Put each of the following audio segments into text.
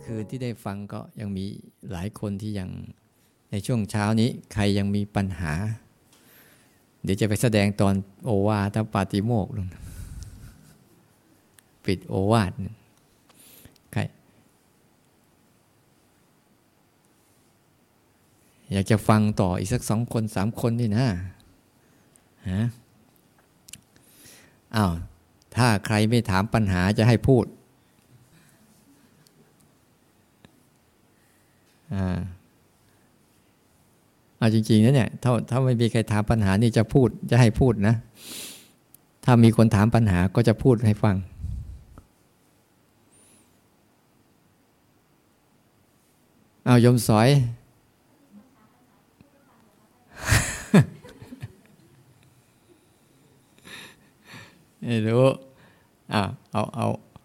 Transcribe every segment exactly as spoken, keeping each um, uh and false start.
มื่อคืนที่ได้ฟังก็ยังมีหลายคนที่ยังในช่วงเช้านี้ใครยังมีปัญหาเดี๋ยวจะไปแสดงตอนโอวาทปาติโมกข์ปิดโอวาทใครอยากจะฟังต่ออีกสักสองคนสามคนนี่นะฮะอ้าวถ้าใครไม่ถามปัญหาจะให้พูดอ่าเอาจริงๆนะเนี่ยถ้าถ้าไม่มีใครถามปัญหานี่จะพูดจะให้พูดนะถ้ามีคนถามปัญหาก็จะพูดให้ฟังเอายมสอยไม่รู้อ่าเอาเอา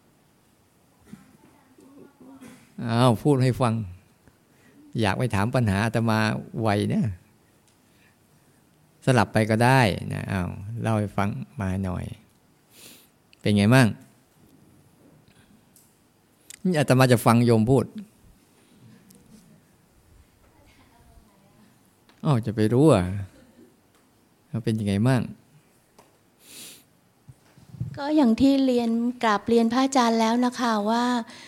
เอาพูดให้ฟังอยากไปถามปัญหาอาตมาไวเนี่ยสลับไปก็ได้นะเอาเล่าให้ฟังมาหน่อยเป็นไงมั่งนี่อาตมาจะฟังโยมพูดอ้าวจะไปรู้อ่ะเขาเป็นยังไงมั่งก็อย่างที่เรียนกราบเรียนพระอาจารย์แล้วนะคะว่า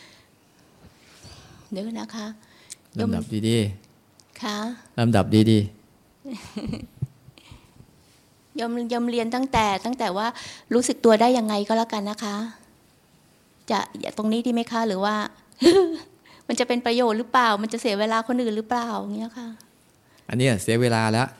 เดี๋ยวนะคะลำดับดีๆค่ะลำดับดีๆยมยมเรียนตั้งแต่ตั้งแต่ว่ารู้สึกตัวได้ยังไงก็แล้วกันนะคะจะตรงนี้ดีไหมคะหรือว่า มันจะเป็นประโยชน์หรือเปล่ามันจะเสียเวลาคนอื่นหรือเปล่าอย่างเงี้ยค่ะอันนี้เสียเวลาแล้ว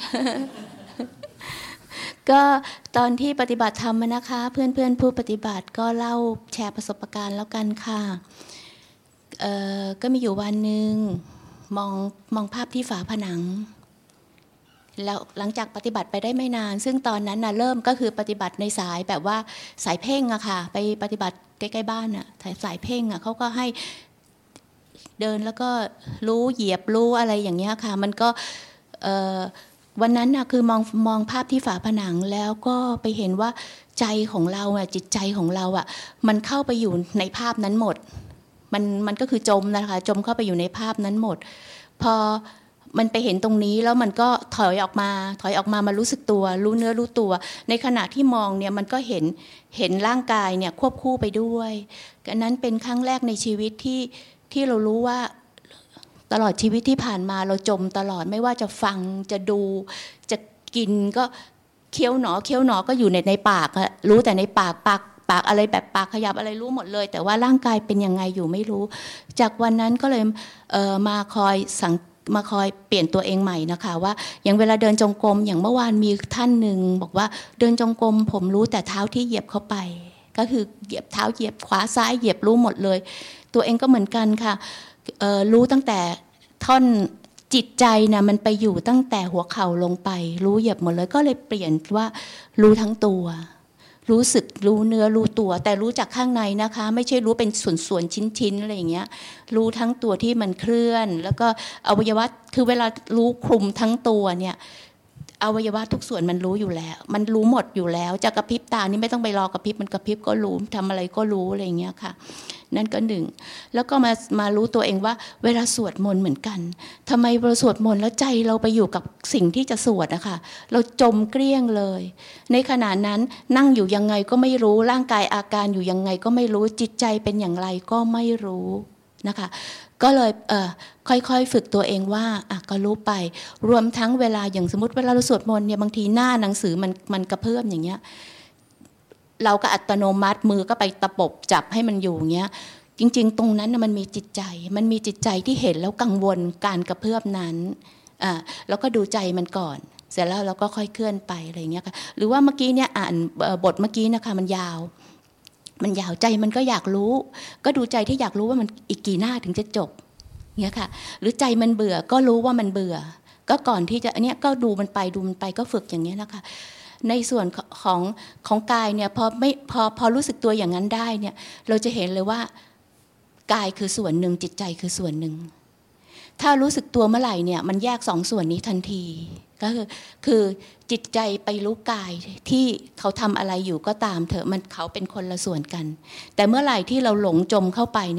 ก็ตอนที่ปฏิบัติธรรมนะคะเพื่อนๆผู้ปฏิบัติก็เล่าแชร์ประสบการณ์แล้วกันค่ะเอ่อก็มีอยู่วันหนึ่งมองมองภาพที่ฝาผนังแล้วหลังจากปฏิบัติไปได้ไม่นานซึ่งตอนนั้นน่ะเริ่มก็คือปฏิบัติในสายแบบว่าสายเพ่งอะค่ะไปปฏิบัติใกล้ๆบ้านอะสายเพ่งอะเขาก็ให้เดินแล้วก็รู้เหยียบรู้อะไรอย่างเงี้ยค่ะมันก็เอ่อวันนั้นน่ะคือมองมองภาพที่ฝาผนังแล้วก็ไปเห็นว่าใจของเราอะจิตใจของเราอะมันเข้าไปอยู่ในภาพนั้นหมดมันมันก็คือจมนะคะจมเข้าไปอยู่ในภาพนั้นหมดพอมันไปเห็นตรงนี้แล้วมันก็ถอยออกมาถอยออกมามารู้สึกตัวรู้เนื้อรู้ตัวในขณะที่มองเนี่ยมันก็เห็นเห็นร่างกายเนี่ยควบคู่ไปด้วยอันนั้นเป็นครั้งแรกในชีวิตที่ที่เรารู้ว่าตลอดชีวิตที่ผ่านมาเราจมตลอดไม่ว่าจะฟังจะดูจะกินก็เคี้ยวหนอเคี้ยวหนอก็อยู่ในในปากอะรู้แต่ในปากปากปากอะไรแบบปากขยับอะไรรู้หมดเลยแต่ว่าร่างกายเป็นยังไงอยู่ไม่รู้จากวันนั้นก็เลยเอ่อมาคอยสังมาคอยเปลี่ยนตัวเองใหม่นะคะว่าอย่างเวลาเดินจงกรมอย่างเมื่อวานมีท่านหนึ่งบอกว่าเดินจงกรมผมรู้แต่เท้าที่เหยียบเข้าไปก็คือเหยียบเท้าเหยียบขวาซ้ายเหยียบรู้หมดเลยตัวเองก็เหมือนกันค่ะเอ่อรู้ตั้งแต่ท่อนจิตใจนะมันไปอยู่ตั้งแต่หัวเข่าลงไปรู้เหยียบหมดเลยก็เลยเปลี่ยนว่ารู้ทั้งตัวรู้สึกรู้เนื้อรู้ตัวแต่รู้จากข้างในนะคะไม่ใช่รู้เป็นส่วนๆชิ้นๆอะไรอย่างเงี้ยรู้ทั้งตัวที่มันเคลื่อนแล้วก็อวัยวะคือเวลารู้คลุมทั้งตัวเนี่ยอวัยวะทุกส่วนมันรู้อยู่แล้วมันรู้หมดอยู่แล้วจะกระพริบตานี่ไม่ต้องไปรอกระพริบมันกระพริบก็รู้ทำอะไรก็รู้อะไรอย่างเงี้ยค่ะนั่นก็หนึ่งแล้วก็มามารู้ตัวเองว่าเวลาสวดมนต์เหมือนกันทำไมเราสวดมนต์แล้วใจเราไปอยู่กับสิ่งที่จะสวดนะคะเราจมเกลี้ยงเลยในขณะนั้นนั่งอยู่ยังไงก็ไม่รู้ร่างกายอาการอยู่ยังไงก็ไม่รู้จิตใจเป็นอย่างไรก็ไม่รู้นะคะก็เลยเอ่อค่อยๆฝึกตัวเองว่าอ่ะก็รู้ไปรวมทั้งเวลาอย่างสมมติเวลาเราสวดมนต์เนี่ยบางทีหน้าหนังสือมันมันกระเพื่อมอย่างเงี้ยเราก็อัตโนมัติมือก็ไปตะปบจับให้มันอยู่เงี้ยจริงๆตรงนั้นมันมีจิตใจมันมีจิตใจที่เห็นแล้วกังวลการกระเพื่อมนั้นอ่าแล้วก็ดูใจมันก่อนเสร็จแล้วเราก็ค่อยเคลื่อนไปอะไรเงี้ยค่ะหรือว่าเมื่อกี้เนี่ยอ่านบทเมื่อกี้นะคะมันยาวมันยาวใจมันก็อยากรู้ก็ดูใจที่อยากรู้ว่ามันอีกกี่หน้าถึงจะจบเงี้ยค่ะหรือใจมันเบื่อก็รู้ว่ามันเบื่อก็ก่อนที่จะอันเนี้ยก็ดูมันไปดูมันไปก็ฝึกอย่างเงี้ยนะคะในส่วนของของกายเนี่ยพอไม่พอพอรู้สึกตัวอย่างนั้นได้เนี่ยเราจะเห็นเลยว่ากายคือส่วนหนึ่งจิตใจคือส่วนหนึ่งถ้ารู้สึกตัวเมื่อไหร่เนี่ยมันแยกสองส่วนนี้ทันทีก็คือคือจิตใจไปรู้กายที่เขาทำอะไรอยู่ก็ตามเถอะมันเขาเป็นคนละส่วนกันแต่เมื่อไหร่ที่เราหลงจมเข้าไปเนี่ย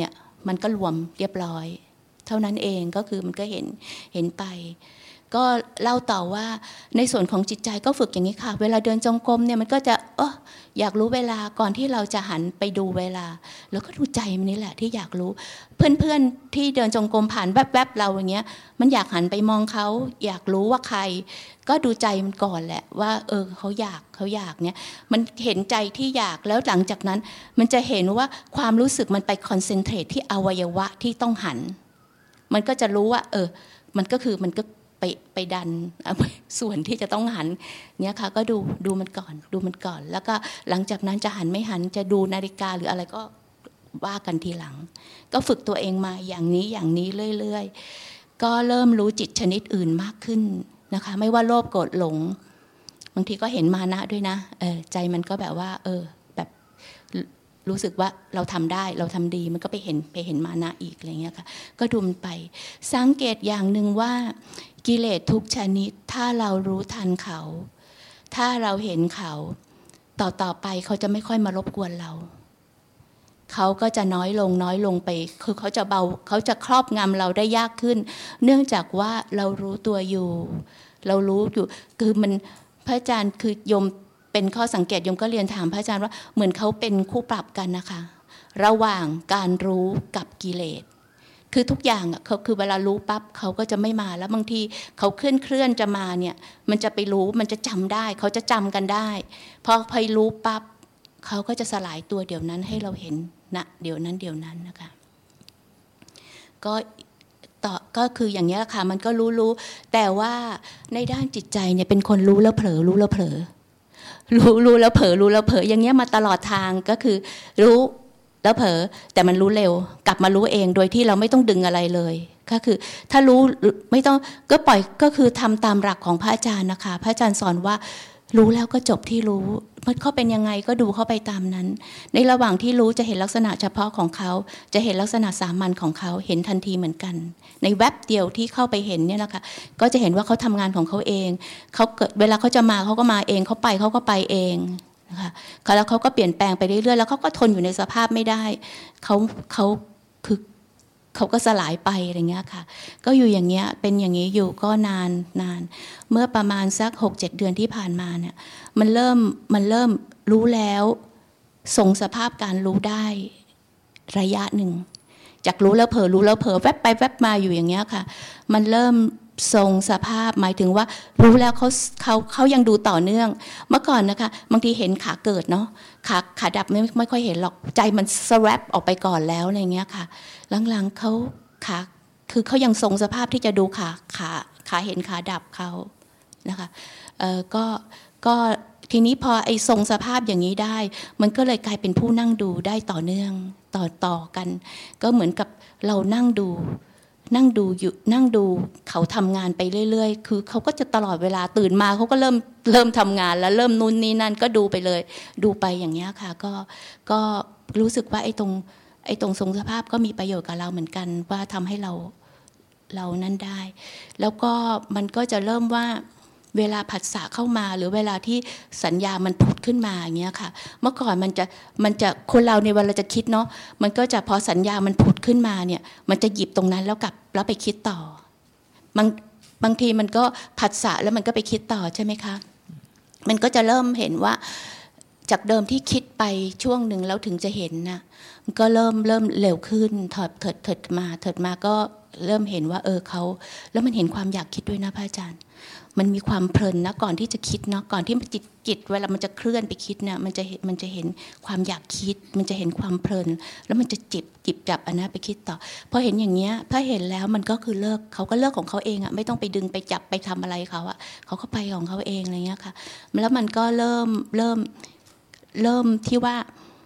มันก็รวมเรียบร้อยเท่านั้นเองก็คือมันก็เห็นเห็นไปก็เล่าต่อว่าในส่วนของจิตใจก็ฝึกอย่างนี้ค่ะเวลาเดินจงกรมเนี่ยมันก็จะเอออยากรู้เวลาก่อนที่เราจะหันไปดูเวลาแล้วก็ดูใจมันนี่แหละที่อยากรู้เพื่อนๆที่เดินจงกรมผ่านแวบๆเราอย่างเงี้ยมันอยากหันไปมองเขาอยากรู้ว่าใครก็ดูใจมันก่อนแหละว่าเออเขาอยากเขาอยากเนี่ยมันเห็นใจที่อยากแล้วหลังจากนั้นมันจะเห็นว่าความรู้สึกมันไปคอนเซนเทรตที่อวัยวะที่ต้องหันมันก็จะรู้ว่าเออมันก็คือมันก็ไปไปดันส่วนที่จะต้องหันเนี่ยค่ะก็ดูดูมันก่อนดูมันก่อนแล้วก็หลังจากนั้นจะหันไม่หันจะดูนาฬิกาหรืออะไรก็ว่ากันทีหลังก็ฝึกตัวเองมาอย่างนี้อย่างนี้เรื่อยๆก็เริ่มรู้จิตชนิดอื่นมากขึ้นนะคะไม่ว่าโลภโกรธหลงบางทีก็เห็นมานะด้วยนะเออใจมันก็แบบว่าเออแบบรู้สึกว่าเราทำได้เราทำดีมันก็ไปเห็นไปเห็นมานะอีกอะไรเงี้ยค่ะก็ดูมันไปสังเกตอย่างหนึ่งว่ากิเลสทุกชนิดถ้าเรารู้ทันเขาถ้าเราเห็นเขาต่อต่อไปเขาจะไม่ค่อยมารบกวนเราเขาก็จะน้อยลงน้อยลงไปคือเขาจะเบาเขาจะครอบงำเราได้ยากขึ้นเนื่องจากว่าเรารู้ตัวอยู่เรารู้อยู่คือมันพระอาจารย์คือโยมเป็นข้อสังเกตโยมก็เรียนถามพระอาจารย์ว่าเหมือนเขาเป็นคู่ปรับกันนะคะระหว่างการรู้กับกิเลสคือทุกอย่างอ่ะเขาคือเวลารู้ปั๊บเขาก็จะไม่มาแล้วบางทีเขาเคลื่อนเคลื่อนจะมาเนี่ยมันจะไปรู้มันจะจำได้เขาจะจำกันได้พอพอรู้ปั๊บเขาก็จะสลายตัวเดี๋ยวนั้นให้เราเห็นนะเดี๋ยวนั้นเดี๋ยวนั้นนะคะก็ต่อก็คืออย่างนี้แหละค่ะมันก็รู้รู้แต่ว่าในด้านจิตใจเนี่ยเป็นคนรู้แล้วเผลอรู้แล้วเผลอรู้รู้แล้วเผลอรู้แล้วเผลออย่างเงี้ยมาตลอดทางก็คือรู้แล้วเผลอแต่มันรู้เร็วกลับมารู้เองโดยที่เราไม่ต้องดึงอะไรเลยก็คือถ้ารู้ไม่ต้องก็ปล่อยก็คือทำตามหลักของพระอาจารย์นะคะพระอาจารย์สอนว่ารู้แล้วก็จบที่รู้มันเขาเป็นยังไงก็ดูเข้าไปตามนั้นในระหว่างที่รู้จะเห็นลักษณะเฉพาะของเขาจะเห็นลักษณะสามัญของเขาเห็นทันทีเหมือนกันในแวบเดียวที่เข้าไปเห็นเนี่ยนะคะก็จะเห็นว่าเขาทำงานของเขาเองเขาเกิดเวลาเขาจะมาเขาก็มาเองเขาไปเขาก็ไปเองนะคะแล้วเขาก็เปลี่ยนแปลงไปเรื่อยๆแล้วเขาก็ทนอยู่ในสภาพไม่ได้เขาเขาคือเขาก็สลายไปอะไรเงี้ยค่ะก็อยู่อย่างเงี้ยเป็นอย่างนี้อยู่ก็นานนานเมื่อประมาณสัก หกเจ็ด เดือนที่ผ่านมาเนี่ยมันเริ่มมันเริ่มรู้แล้วทรงสภาพการรู้ได้ระยะหนึ่งจากรู้แล้วเผลอรู้แล้วเผลอแวบไปแวบมาอยู่อย่างเงี้ยค่ะมันเริ่มทรงสภาพหมายถึงว่ารู้แล้วเขาเขาเขายังดูต่อเนื่องเมื่อก่อนนะคะบางทีเห็นขาเกิดเนาะขาขาดับไม่ไม่ค่อยเห็นหรอกใจมันสแวบออกไปก่อนแล้วอะไรเงี้ยค่ะหลังๆเขาขาคือเขายังทรงสภาพที่จะดูขาขาขาเห็นขาดับเขานะคะเอ่อก็ก็ทีนี้พอไอ้ทรงสภาพอย่างนี้ได้มันก็เลยกลายเป็นผู้นั่งดูได้ต่อเนื่องต่อต่อกันก็เหมือนกับเรานั่งดูนั่งดูอยู่นั่งดูเขาทำงานไปเรื่อยๆคือเขาก็จะตลอดเวลาตื่นมาเขาก็เริ่มเริ่มทำงานแล้วเริ่มนู่นนี่นั่นก็ดูไปเลยดูไปอย่างเงี้ยค่ะก็ก็รู้สึกว่าไอ้ตรงไอ้ตรงทรงสภาพก็มีประโยชน์กับเราเหมือนกันว่าทำให้เราเรานั่นได้แล้วก็มันก็จะเริ่มว่าเวลาผัสสะเข้ามาหรือเวลาที่สัญญามันผุดขึ้นมาอย่างเงี้ยค่ะเมื่อก่อนมันจะมันจะคนเราในเวลาจะคิดเนาะมันก็จะพอสัญญามันผุดขึ้นมาเนี่ยมันจะหยิบตรงนั้นแล้วกลับแล้วไปคิดต่อบางบางทีมันก็ผัสสะแล้วมันก็ไปคิดต่อใช่ไหมคะมันก็จะเริ่มเห็นว่าจากเดิมที่คิดไปช่วงหนึ่งแล้วถึงจะเห็นนะมันก็เริ่มเริ่มเร็วขึ้นถอดเถิดเถิดมาเถิดมาก็เริ่มเห็นว่าเออเขาแล้วมันเห็นความอยากคิดด้วยนะพระอาจารย์มันมีความเพลินนะก่อนที่จะคิดเนาะก่อนที่จิตจิตเวลามันจะเคลื่อนไปคิดเนี่ยมันจะเห็นมันจะเห็นความอยากคิดมันจะเห็นความเพลินแล้วมันจะจิบจิบจับอันนั้นไปคิดต่อพอเห็นอย่างเงี้ยถ้าเห็นแล้วมันก็คือเลิกเขาก็เลิกของเขาเองอ่ะไม่ต้องไปดึงไปจับไปทำอะไรเขาอ่ะเขาก็ไปของเขาเองอะไรเงี้ยค่ะแล้วมันก็เริ่มเริ่มเริ่มที่ว่า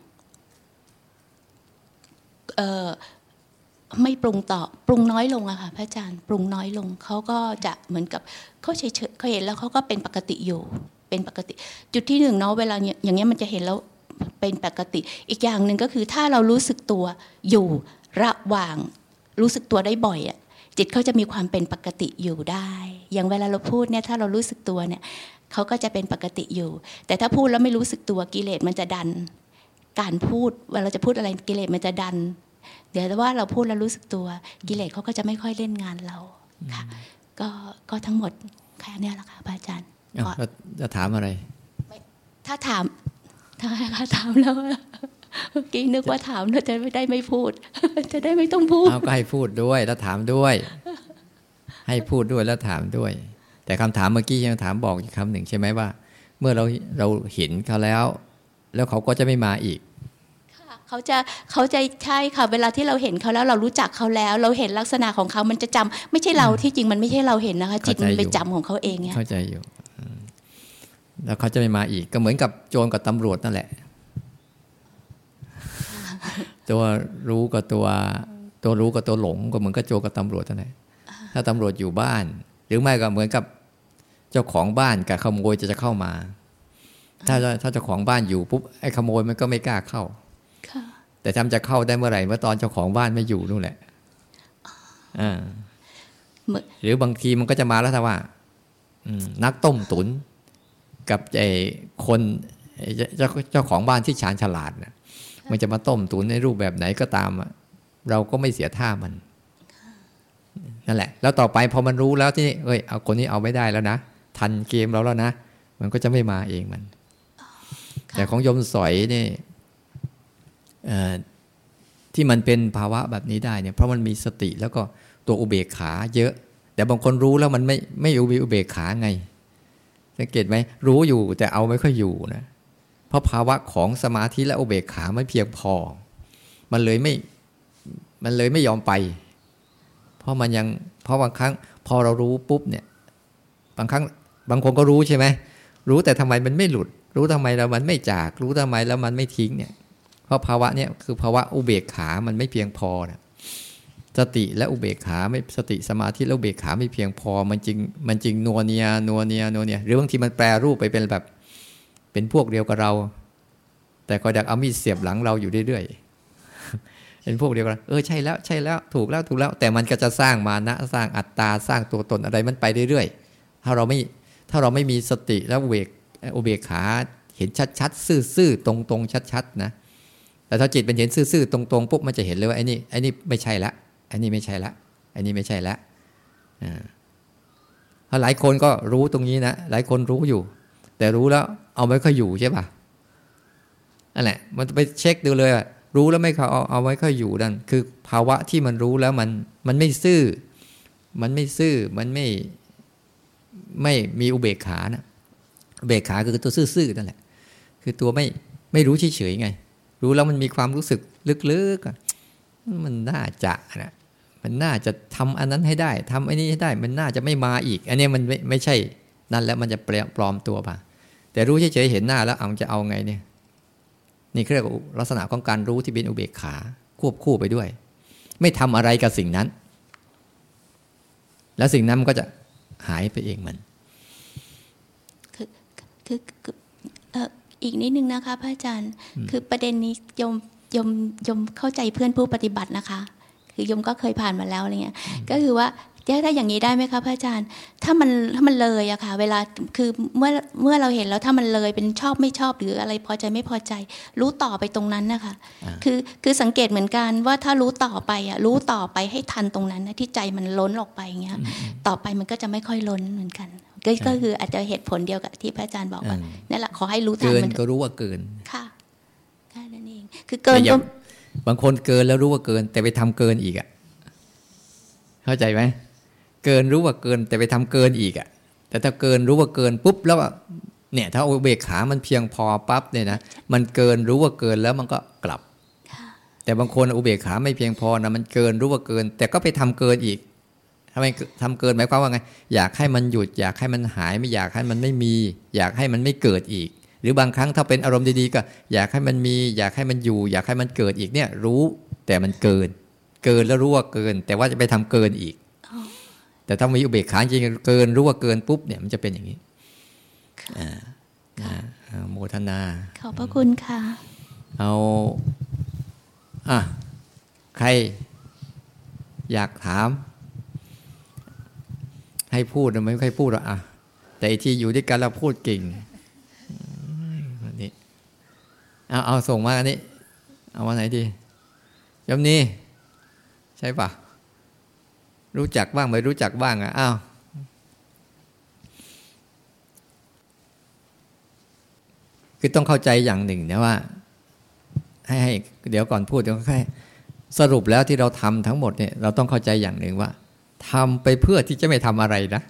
เออไม่ปรุงต่อปรุงน้อยลงอะค่ะพระอาจารย์ปรุงน้อยลงเขาก็จะเหมือนกับเขาเฉยๆเขาเห็นแล้วเขาก็เป็นปกติอยู่เป็นปกติจุดที่หนึ่งเนาะเวลาอย่างเงี้ยมันจะเห็นแล้วเป็นปกติอีกอย่างหนึ่งก็คือถ้าเรารู้สึกตัวอยู่ระหว่างรู้สึกตัวได้บ่อยอะจิตเขาจะมีความเป็นปกติอยู่ได้อย่างเวลาเราพูดเนี่ยถ้าเรารู้สึกตัวเนี่ยเขาก็จะเป็นปกติอยู่แต่ถ้าพูดแล้วไม่รู้สึกตัวกิเลสมันจะดันการพูดเวลาเราจะพูดอะไรกิเลสมันจะดันเดี๋ยวว่าเราพูดแล้วรู้สึกตัวกิเลสเขาก็จะไม่ค่อยเล่นงานเราค่ะก็ก็ทั้งหมดแค่นี้แหละค่ะพระอาจารย์จะถามอะไรถ้าถามถ้าถามแล้วเมื่อกี้นึกว่าถามเราจะไม่ได้ไม่พูดจะได้ไม่ต้องพูดเอาก็ให้พูดด้วยแล้วถามด้วยให้พูดด้วยแล้วถามด้วยแต่คำถามเมื่อกี้ยังถามบอกอีกคำหนึ่งใช่ไหมว่าเมื่อเราเราเห็นเขาแล้วแล้วเขาก็จะไม่มาอีกค่ะเขาจะเขาจะใช่ค่ะเวลาที่เราเห็นเขาแล้วเรารู้จักเขาแล้วเราเห็นลักษณะของเขามันจะจำไม่ใช่เราที่จริงมันไม่ใช่เราเห็นนะคะจิตมันไปจำของเขาเองเนี่ยเข้าใจอยู่แล้วเขาจะไม่มาอีกก็เหมือนกับโจรกับตำรวจนั่นแหละตัวรู้กับตัวตัวรู้กับตัวหลงก็เหมือนกับโจรกับตำรวจนั่นแหละถ้าตำรวจอยู่บ้านหรือไม่ก็เหมือนกับเจ้าของบ้านกับขโมยจะจะเข้ามาถ้าถ้าเจ้าของบ้านอยู่ปุ๊บไอ้ขโมยมันก็ไม่กล้าเข้าแต่ทำจะเข้าได้เมื่อไหร่เมื่อตอนเจ้าของบ้านไม่อยู่นู่นแหละอ่าหรือบางทีมันก็จะมาแล้วถ้าว่านักต้มตุ๋นกับไอ้คนเจ้าเจ้าของบ้านที่ชาญฉลาดนะมันจะมาต้มตุ๋นในรูปแบบไหนก็ตามเราก็ไม่เสียท่ามันนั่นแหละแล้วต่อไปพอมันรู้แล้วที่เอ้ยเอาคนนี้เอาไม่ได้แล้วนะทันเกมเราแล้วนะมันก็จะไม่มาเองมันแต่ของโยมสอยนี่ที่มันเป็นภาวะแบบนี้ได้เนี่ยเพราะมันมีสติแล้วก็ตัวอุเบกขาเยอะแต่บางคนรู้แล้วมันไม่ไม่อุเบกขาไงสังเกตไหมรู้อยู่แต่เอาไม่ค่อยอยู่นะเพราะภาวะของสมาธิและอุเบกขาไม่เพียงพอมันเลยไม่มันเลยไม่ยอมไปเพราะมันยังเพราะบางครั้งพอเรารู้ปุ๊บเนี่ยบางครั้งบางคนก็รู้ใช่ไหมรู้แต่ทำไมมันไม่หลุดรู้ทำไมแล้วมันไม่จากรู้ทำไมแล้วมันไม่ทิ้งเนี่ยเพราะภาวะเนี่ยคือภาวะอุเบกขามันไม่เพียงพอนะสติและอุเบกขาไม่สติสมาธิและอุเบกขาไม่เพียงพอมันจริงมันจริงนัวเนียนัวเนียนัวเนียหรือบางทีมันแปรรูปไปเป็นแบบเป็นพวกเดียวกับเราแต่ก็อยากเอามีดเสียบหลังเราอยู่เรื่อยๆเป็นพวกเดียวกันเออใช่แล้วใช่แล้วถูกแล้วถูกแล้วแต่มันก็จะสร้างมานะสร้างอัตตาสร้างตัวตนอะไรมันไปเรื่อยๆถ้าเราไม่ถ้าเราไม่มีสติแล้วอุเบกอุเบกขาเห็นชัดๆซื่อๆตรงๆชัดๆนะแต่ถ้าจิตเป็นเห็นซื่อๆตรงๆปุ๊บมันจะเห็นเลยว่าไอ้นี่ไอ้นี่ไม่ใช่ละไอ้นี่ไม่ใช่ละไอ้นี่ไม่ใช่ละอ่าเพราะหลายคนก็รู้ตรงนี้นะหลายคนรู้อยู่แต่รู้แล้วเอาไม่ค่อยอยู่ใช่ป่ะนั่นแหละมันไปเช็คดูเลยรู้แล้วไม่เขาเอาเอาไว้ค่อยอยู่นั่นคือภาวะที่มันรู้แล้วมันมันไม่ซื่อมันไม่ซื่อมันไม่ไม่มีอุเบกขานะอุเบกขาคือตัวซื่อๆนั่นแหละคือตัวไม่ไม่รู้เฉยๆไงรู้แล้วมันมีความรู้สึกลึกๆมันน่าจะนะมันน่าจะทำอันนั้นให้ได้ทำอันนี้ให้ได้มันน่าจะไม่มาอีกอันนี้มันไม่ไม่ใช่นั่นแล้วมันจะปลอมตัวป่ะแต่รู้เฉยๆเห็นหน้าแล้วเอาจะเอาไงเนี่ยนี่เรียกว่าลักษณะของการรู้ที่เป็นอุเบกขาควบคู่ไปด้วยไม่ทำอะไรกับสิ่งนั้นแล้วสิ่งนั้นมันก็จะหายไปเองมันคือคือเอ่ออีกนิดนึงนะคะพระอาจารย์คือประเด็นนี้ยมยมยมเข้าใจเพื่อนผู้ปฏิบัตินะคะคือยมก็เคยผ่านมาแล้วอะไรเงี้ยก็คือว่าถ้าอย่างนี้ได้ไหมคะพระอาจารย์ถ้ามันถ้ามันเลยอะค่ะเวลาคือเมื่อเมื่อเราเห็นแล้วถ้ามันเลยเป็นชอบไม่ชอบหรืออะไรพอใจไม่พอใจรู้ต่อไปตรงนั้นนะคะคือคือสังเกตเหมือนกันว่าถ้ารู้ต่อไปอะรู้ต่อไปให้ทันตรงนั้นนะที่ใจมันล้นออกไปอย่างเงี้ยต่อไปมันก็จะไม่ค่อยล้นเหมือนกันก็คืออาจจะเหตุผลเดียวกับที่พระอาจารย์บอกว่านั่นแหละขอให้รู้ทันมันก็รู้ว่าเกินค่ะแค่นั้นเองคือเกินก็บางคนเกินแล้วรู้ว่าเกินแต่ไปทำเกินอีกอะเข้าใจไหมเกินรู้ว่าเกินแต่ไปทำเกินอีกอ่ะแต่ถ้าเกินรู้ว่าเกินปุ๊บแล้วเนี่ยถ้าอุเบกขามันเพียงพอปั๊บเนี่ยนะมันเกินรู้ว่าเกินแล้วมันก็กลับแต่บางคนอุเบกขาไม่เพียงพอนะมันเกินรู้ว่าเกินแต่ก็ไปทำเกินอีกทำไมทำเกินหมายความว่าไงอยากให้มันหยุดอยากให้มันหายไม่อยากให้มันไม่มีอยากให้มันไม่เกิดอีกหรือบางครั้งถ้าเป็นอารมณ์ดีๆก็อยากให้มันมีอยากให้มันอยู่อยากให้มันเกิดอีกเนี่ยรู้แต่มันเกินเกินแล้วรู้ว่าเกินแต่ว่าจะไปทำเกินอีกแต่ถ้ามีอุเบกขาจริงเกินรู้ว่าเกินปุ๊บเนี่ยมันจะเป็นอย่างนี้โมทนาขอบพระคุณค่ะเอาอ่ะใครอยากถามให้พูดหรือไม่ใครพูดหรอกอ่ะแต่ที่อยู่ด้วยกันเราพูดเก่งนี่เอาเอาส่งมาอันนี้เอามาไหนดียมนี้ใช่ปะรู้จักบ้างไม่รู้จักบ้างอ่ะอ้าวคือต้องเข้าใจอย่างหนึ่งนะว่าให้ให้เดี๋ยวก่อนพูดเดี๋ยวแค่สรุปแล้วที่เราทำทั้งหมดเนี่ยเราต้องเข้าใจอย่างหนึ่งว่าทำไปเพื่อที่จะไม่ทำอะไรนะ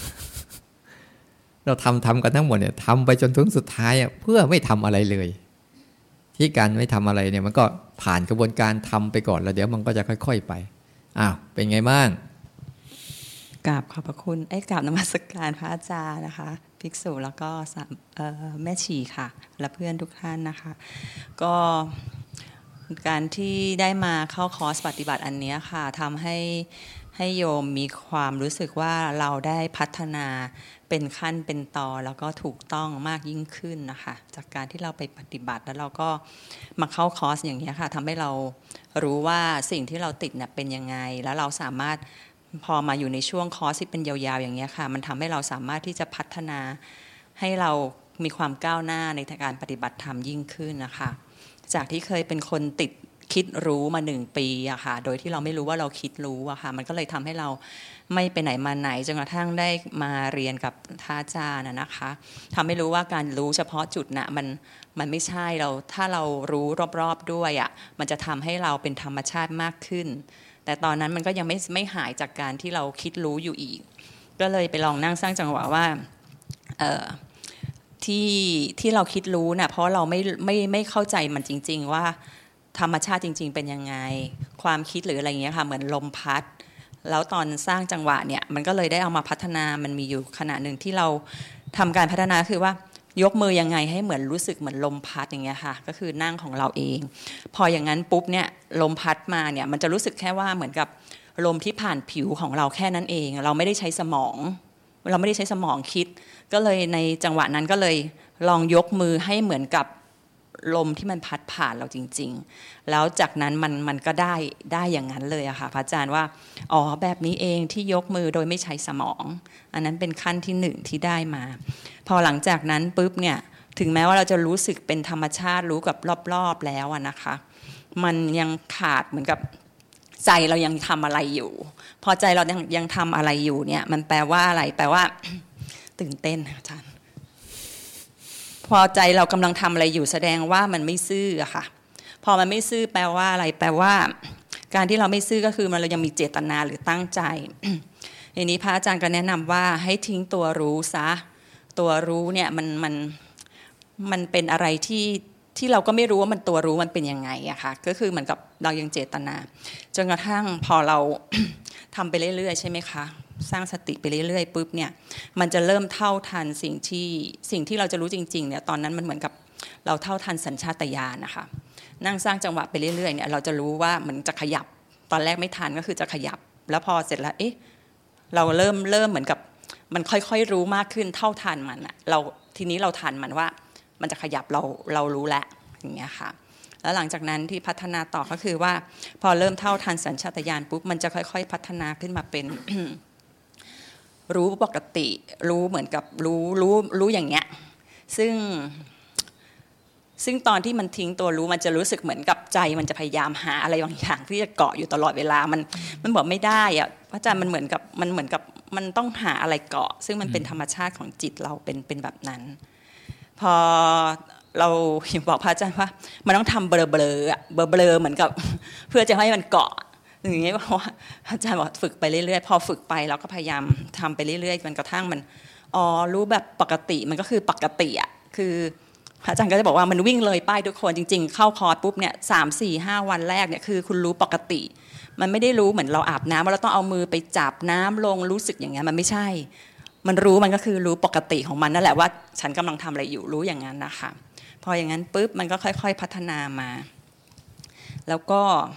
เราทำทำกันทั้งหมดเนี่ยทำไปจนถึงสุดท้ายอ่ะเพื่อไม่ทำอะไรเลยที่การไม่ทำอะไรเนี่ยมันก็ผ่านกระบวนการทำไปก่อนแล้วเดี๋ยวมันก็จะค่อยๆไปอ้าวเป็นไงบ้างกราบขอบพระคุณไอ้กราบนมัสการพระอาจารย์นะคะภิกษุแล้วก็แม่ชีค่ะและเพื่อนทุกท่านนะคะก็การที่ได้มาเข้าคอร์สปฏิบัติอันนี้ค่ะทำให้ให้โยมมีความรู้สึกว่าเราได้พัฒนาเป็นขั้นเป็นตอนแล้วก็ถูกต้องมากยิ่งขึ้นนะคะจากการที่เราไปปฏิบัติแล้วเราก็มาเข้าคอร์สอย่างนี้ค่ะทำให้เรารู้ว่าสิ่งที่เราติดเนี่ยเป็นยังไงแล้วเราสามารถพอมาอยู่ในช่วงคอร์สที่เป็นยาวๆอย่างนี้ค่ะมันทำให้เราสามารถที่จะพัฒนาให้เรามีความก้าวหน้าในการปฏิบัติธรรมยิ่งขึ้นนะคะจากที่เคยเป็นคนติดคิดรู้มาหนึ่งปีอะค่ะโดยที่เราไม่รู้ว่าเราคิดรู้อะค่ะมันก็เลยทำให้เราไม่ไปไหนมาไหนจนกระทั่งได้มาเรียนกับท่านอาจารย์นะคะทำให้รู้ว่าการรู้เฉพาะจุดน่ะมันมันไม่ใช่เราถ้าเรารู้รอบๆด้วยอะมันจะทำให้เราเป็นธรรมชาติมากขึ้นแต่ตอนนั้นมันก็ยังไม่ไม่หายจากการที่เราคิดรู้อยู่อีกก็เลยไปลองนั่งสร้างจังหวะว่าเอ่อที่ที่เราคิดรู้น่ะเพราะเราไม่ไม่ไม่เข้าใจมันจริงๆว่าธรรมชาติจริงๆเป็นยังไงความคิดหรืออะไรเงี้ยค่ะเหมือนลมพัดแล้วตอนสร้างจังหวะเนี่ยมันก็เลยได้เอามาพัฒนามันมีอยู่ขณะหนึ่งที่เราทำการพัฒนาคือว่ายกมือยังไงให้เหมือนรู้สึกเหมือนลมพัดอย่างเงี้ยค่ะก็คือนั่งของเราเองพออย่างนั้นปุ๊บเนี่ยลมพัดมาเนี่ยมันจะรู้สึกแค่ว่าเหมือนกับลมที่ผ่านผิวของเราแค่นั้นเองเราไม่ได้ใช้สมองเราไม่ได้ใช้สมองคิดก็เลยในจังหวะนั้นก็เลยลองยกมือให้เหมือนกับลมที่มันพัดผ่านเราจริงๆแล้วจากนั้นมันมันก็ได้ได้อย่างนั้นเลยอะค่ะพระอาจารย์ว่าอ๋อแบบนี้เองที่ยกมือโดยไม่ใช้สมองอันนั้นเป็นขั้นที่หนึ่งที่ได้มาพอหลังจากนั้นปุ๊บเนี่ยถึงแม้ว่าเราจะรู้สึกเป็นธรรมชาติรู้กับรอบๆแล้วอะนะคะมันยังขาดเหมือนกับใจเรายังทำอะไรอยู่พอใจเรายังยังทำอะไรอยู่เนี่ยมันแปลว่าอะไรแปลว่า ตื่นเต้นอาจารย์พอใจเรากำลังทำอะไรอยู่แสดงว่ามันไม่ซื่ออะค่ะพอมันไม่ซื่อแปลว่าอะไรแปลว่าการที่เราไม่ซื่อก็คือมันเรายังมีเจตนาหรือตั้งใจ ทีนี้พระอาจารย์ก็แนะนำว่าให้ทิ้งตัวรู้ซะตัวรู้เนี่ยมันมันมันเป็นอะไรที่ที่เราก็ไม่รู้ว่ามันตัวรู้มันเป็นยังไงอะค่ะก็คือเหมือนกับเรายังเจตนาจนกระทั่งพอเรา ทำไปเรื่อยๆใช่ไหมคะสร้างสติไปเรื่อยๆปุ๊บเนี่ยมันจะเริ่มเท่าทันสิ่งที่สิ่งที่เราจะรู้จริงๆเนี่ยตอนนั้นมันเหมือนกับเราเท่าทันสัญชาตญาณนะคะนั่งสร้างจังหวะไปเรื่อยๆเนี่ยเราจะรู้ว่ามันจะขยับตอนแรกไม่ทันก็คือจะขยับแล้วพอเสร็จแล้วเอ๊ะเราเริ่มเริ่มเหมือนกับมันค่อยๆรู้มากขึ้นเท่าทันมันอะเราทีนี้เราทันมันว่ามันจะขยับเราเรารู้แล้วอย่างเงี้ยค่ะแล้วหลังจากนั้นที่พัฒนาต่อก็คือว่าพอเริ่มเท่าทันสัญชาตญาณปุ๊บมันจะค่อยๆพัฒนาขึ้นมาเป็น รู้ปกติรู้เหมือนกับรู้รู้รู้อย่างเงี้ยซึ่งซึ่งตอนที่มันทิ้งตัวรู้มันจะรู้สึกเหมือนกับใจมันจะพยายามหาอะไรบางอย่างที่จะเกาะอยู่ตลอดเวลามันมันบอกไม่ได้อะพระอาจารย์มันเหมือนกับมันเหมือนกับมันต้องหาอะไรเกาะซึ่งมันเป็นธรรมชาติของจิตเราเป็นเป็นแบบนั้นพอเราบอกพระอาจารย์ว่ามันต้องทำเบลอเบลอเบลอเบลอเหมือนกับเพื่อจะให้มันเกาะอย่างนี้เพราะว่าอาจารย์บอกฝึกไปเรื่อยๆพอฝึกไปเราก็พยายามทำไปเรื่อยๆจนกระทั่งมันอ๋อรู้แบบปกติมันก็คือปกติอ่ะคืออาจารย์ก็จะบอกว่ามันวิ่งเลยป้ายทุกคนจริงๆเข้าคอร์สปุ๊บเนี่ยสามสี่ห้าวันแรกเนี่ยคือคุณรู้ปกติมันไม่ได้รู้เหมือนเราอาบน้ำว่าเราต้องเอามือไปจับน้ำลงรู้สึกอย่างเงี้ยมันไม่ใช่มันรู้มันก็คือรู้ปกติของมันนั่นแหละว่าฉันกำลังทำอะไรอยู่รู้อย่างนั้นนะคะพออย่างนั้นปุ๊บมันก็ค่อยๆพัฒนามาแล้วก็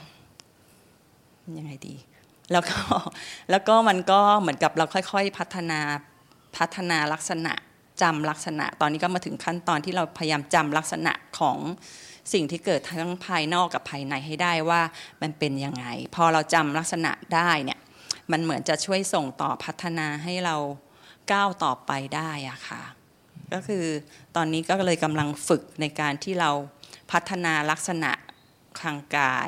ยังไงดีแล้วก็แล้วก็มันก็เหมือนกับเราค่อยๆพัฒนาพัฒนาลักษณะจำลักษณะตอนนี้ก็มาถึงขั้นตอนที่เราพยายามจำลักษณะของสิ่งที่เกิดทั้งภายนอกกับภายในให้ได้ว่ามันเป็นยังไงพอเราจำลักษณะได้เนี่ยมันเหมือนจะช่วยส่งต่อพัฒนาให้เราก้าวต่อไปได้อะค่ะก็คือตอนนี้ก็เลยกำลังฝึกในการที่เราพัฒนาลักษณะทางกาย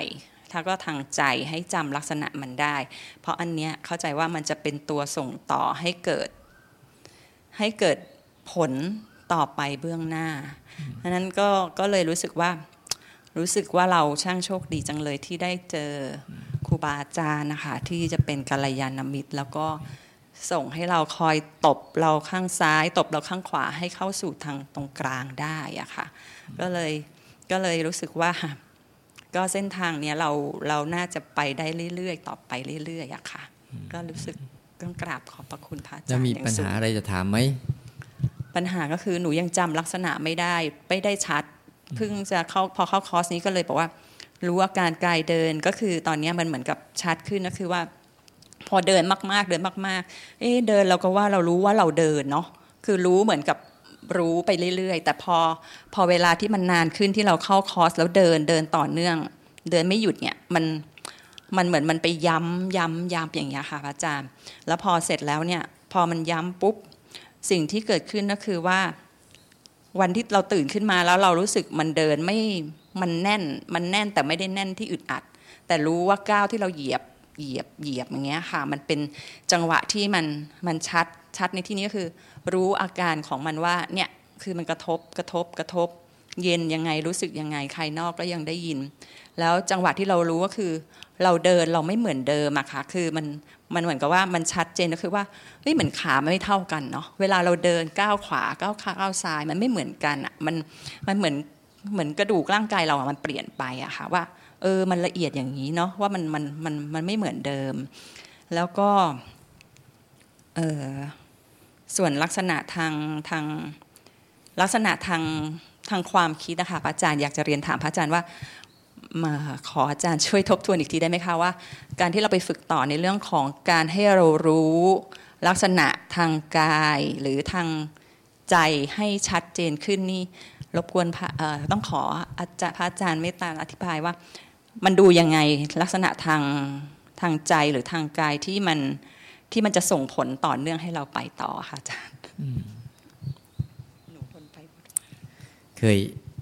ถ้าก็ทางใจให้จำลักษณะมันได้เพราะอันเนี้ยเข้าใจว่ามันจะเป็นตัวส่งต่อให้เกิดให้เกิดผลต่อไปเบื้องหน้าเพราะนั้นก็ก็เลยรู้สึกว่ารู้สึกว่าเราช่างโชคดีจังเลยที่ได้เจอครูบาอาจารย์นะคะที่จะเป็นกัลยาณมิตรแล้วก็ส่งให้เราคอยตบเราข้างซ้ายตบเราข้างขวาให้เข้าสู่ทางตรงกลางได้อะค่ะก็เลยก็เลยรู้สึกว่าก็เส้นทางเนี้ยเราเราน่าจะไปได้เรื่อยๆต่อไปเรื่อยๆอะค่ะก็รู้สึกต้องกราบขอบพระคุณพระอาจารย์แล้วมีปัญหาอะไรจะถามไหมปัญหาก็คือหนูยังจำลักษณะไม่ได้ไม่ได้ชัดเพิ่งจะเข้าพอเข้าคอร์สนี้ก็เลยบอกว่ารู้อาการกายเดินก็คือตอนนี้มันเหมือนกับชัดขึ้นก็คือว่าพอเดินมากๆเดินมากๆเอ๊ะเดินเราก็ว่าเรารู้ว่าเราเดินเนาะคือรู้เหมือนกับรู้ไปเรื่อยๆแต่พอพอเวลาที่มันนานขึ้นที่เราเข้าคอร์สแล้วเดินเดินต่อเนื่องเดินไม่หยุดเนี่ยมันมันเหมือนมันไปย้ำย้ำย้ำอย่างเงี้ยค่ะพระอาจารย์แล้วพอเสร็จแล้วเนี่ยพอมันย้ำปุ๊บสิ่งที่เกิดขึ้นก็คือว่าวันที่เราตื่นขึ้นมาแล้วเรารู้สึกมันเดินไม่มันแน่นมันแน่นแต่ไม่ได้แน่นที่อึดอัดแต่รู้ว่าก้าวที่เราเหยียบเหยียบเหยียบอย่างเงี้ยค่ะมันเป็นจังหวะที่มันมันชัดชัดในที่นี้ก็คือรู้อาการของมันว่าเนี่ยคือมันกระทบกระทบกระทบเย็นยังไงรู้สึกยังไงใครนอกก็ยังได้ยินแล้วจังหวะที่เรารู้ก็คือเราเดินเราไม่เหมือนเดิมอะค่ะคือมันมันเหมือนกับว่ามันชัดเจนก็คือว่าเฮ้ยเหมือนขามันไม่เท่ากันเนาะเวลาเราเดินก้าวขวาก้าวขาก้าวซ้ายมันไม่เหมือนกันอะมันมันเหมือนเหมือนกระดูกร่างกายเราอะมันเปลี่ยนไปอะค่ะว่าเออมันละเอียดอย่างนี้เนาะว่ามันมันมันมันไม่เหมือนเดิมแล้วก็เออส่วนลักษณะทางทางลักษณะทางทางความคิดนะคะพระอาจารย์อยากจะเรียนถามพระอาจารย์ว่ามาขออาจารย์ช่วยทบทวนอีกทีได้ไหมคะว่าการที่เราไปฝึกต่อในเรื่องของการให้เรารู้ลักษณะทางกายหรือทางใจให้ชัดเจนขึ้นนี่รบกวนต้องขออาจารย์พระอาจารย์เมตตาอธิบายว่ามันดูยังไงลักษณะทางทางใจหรือทางกายที่มันที่มันจะส่งผลต่อเนื่องให้เราไปต่อค่ะอาจารย์หนูคนไปเคย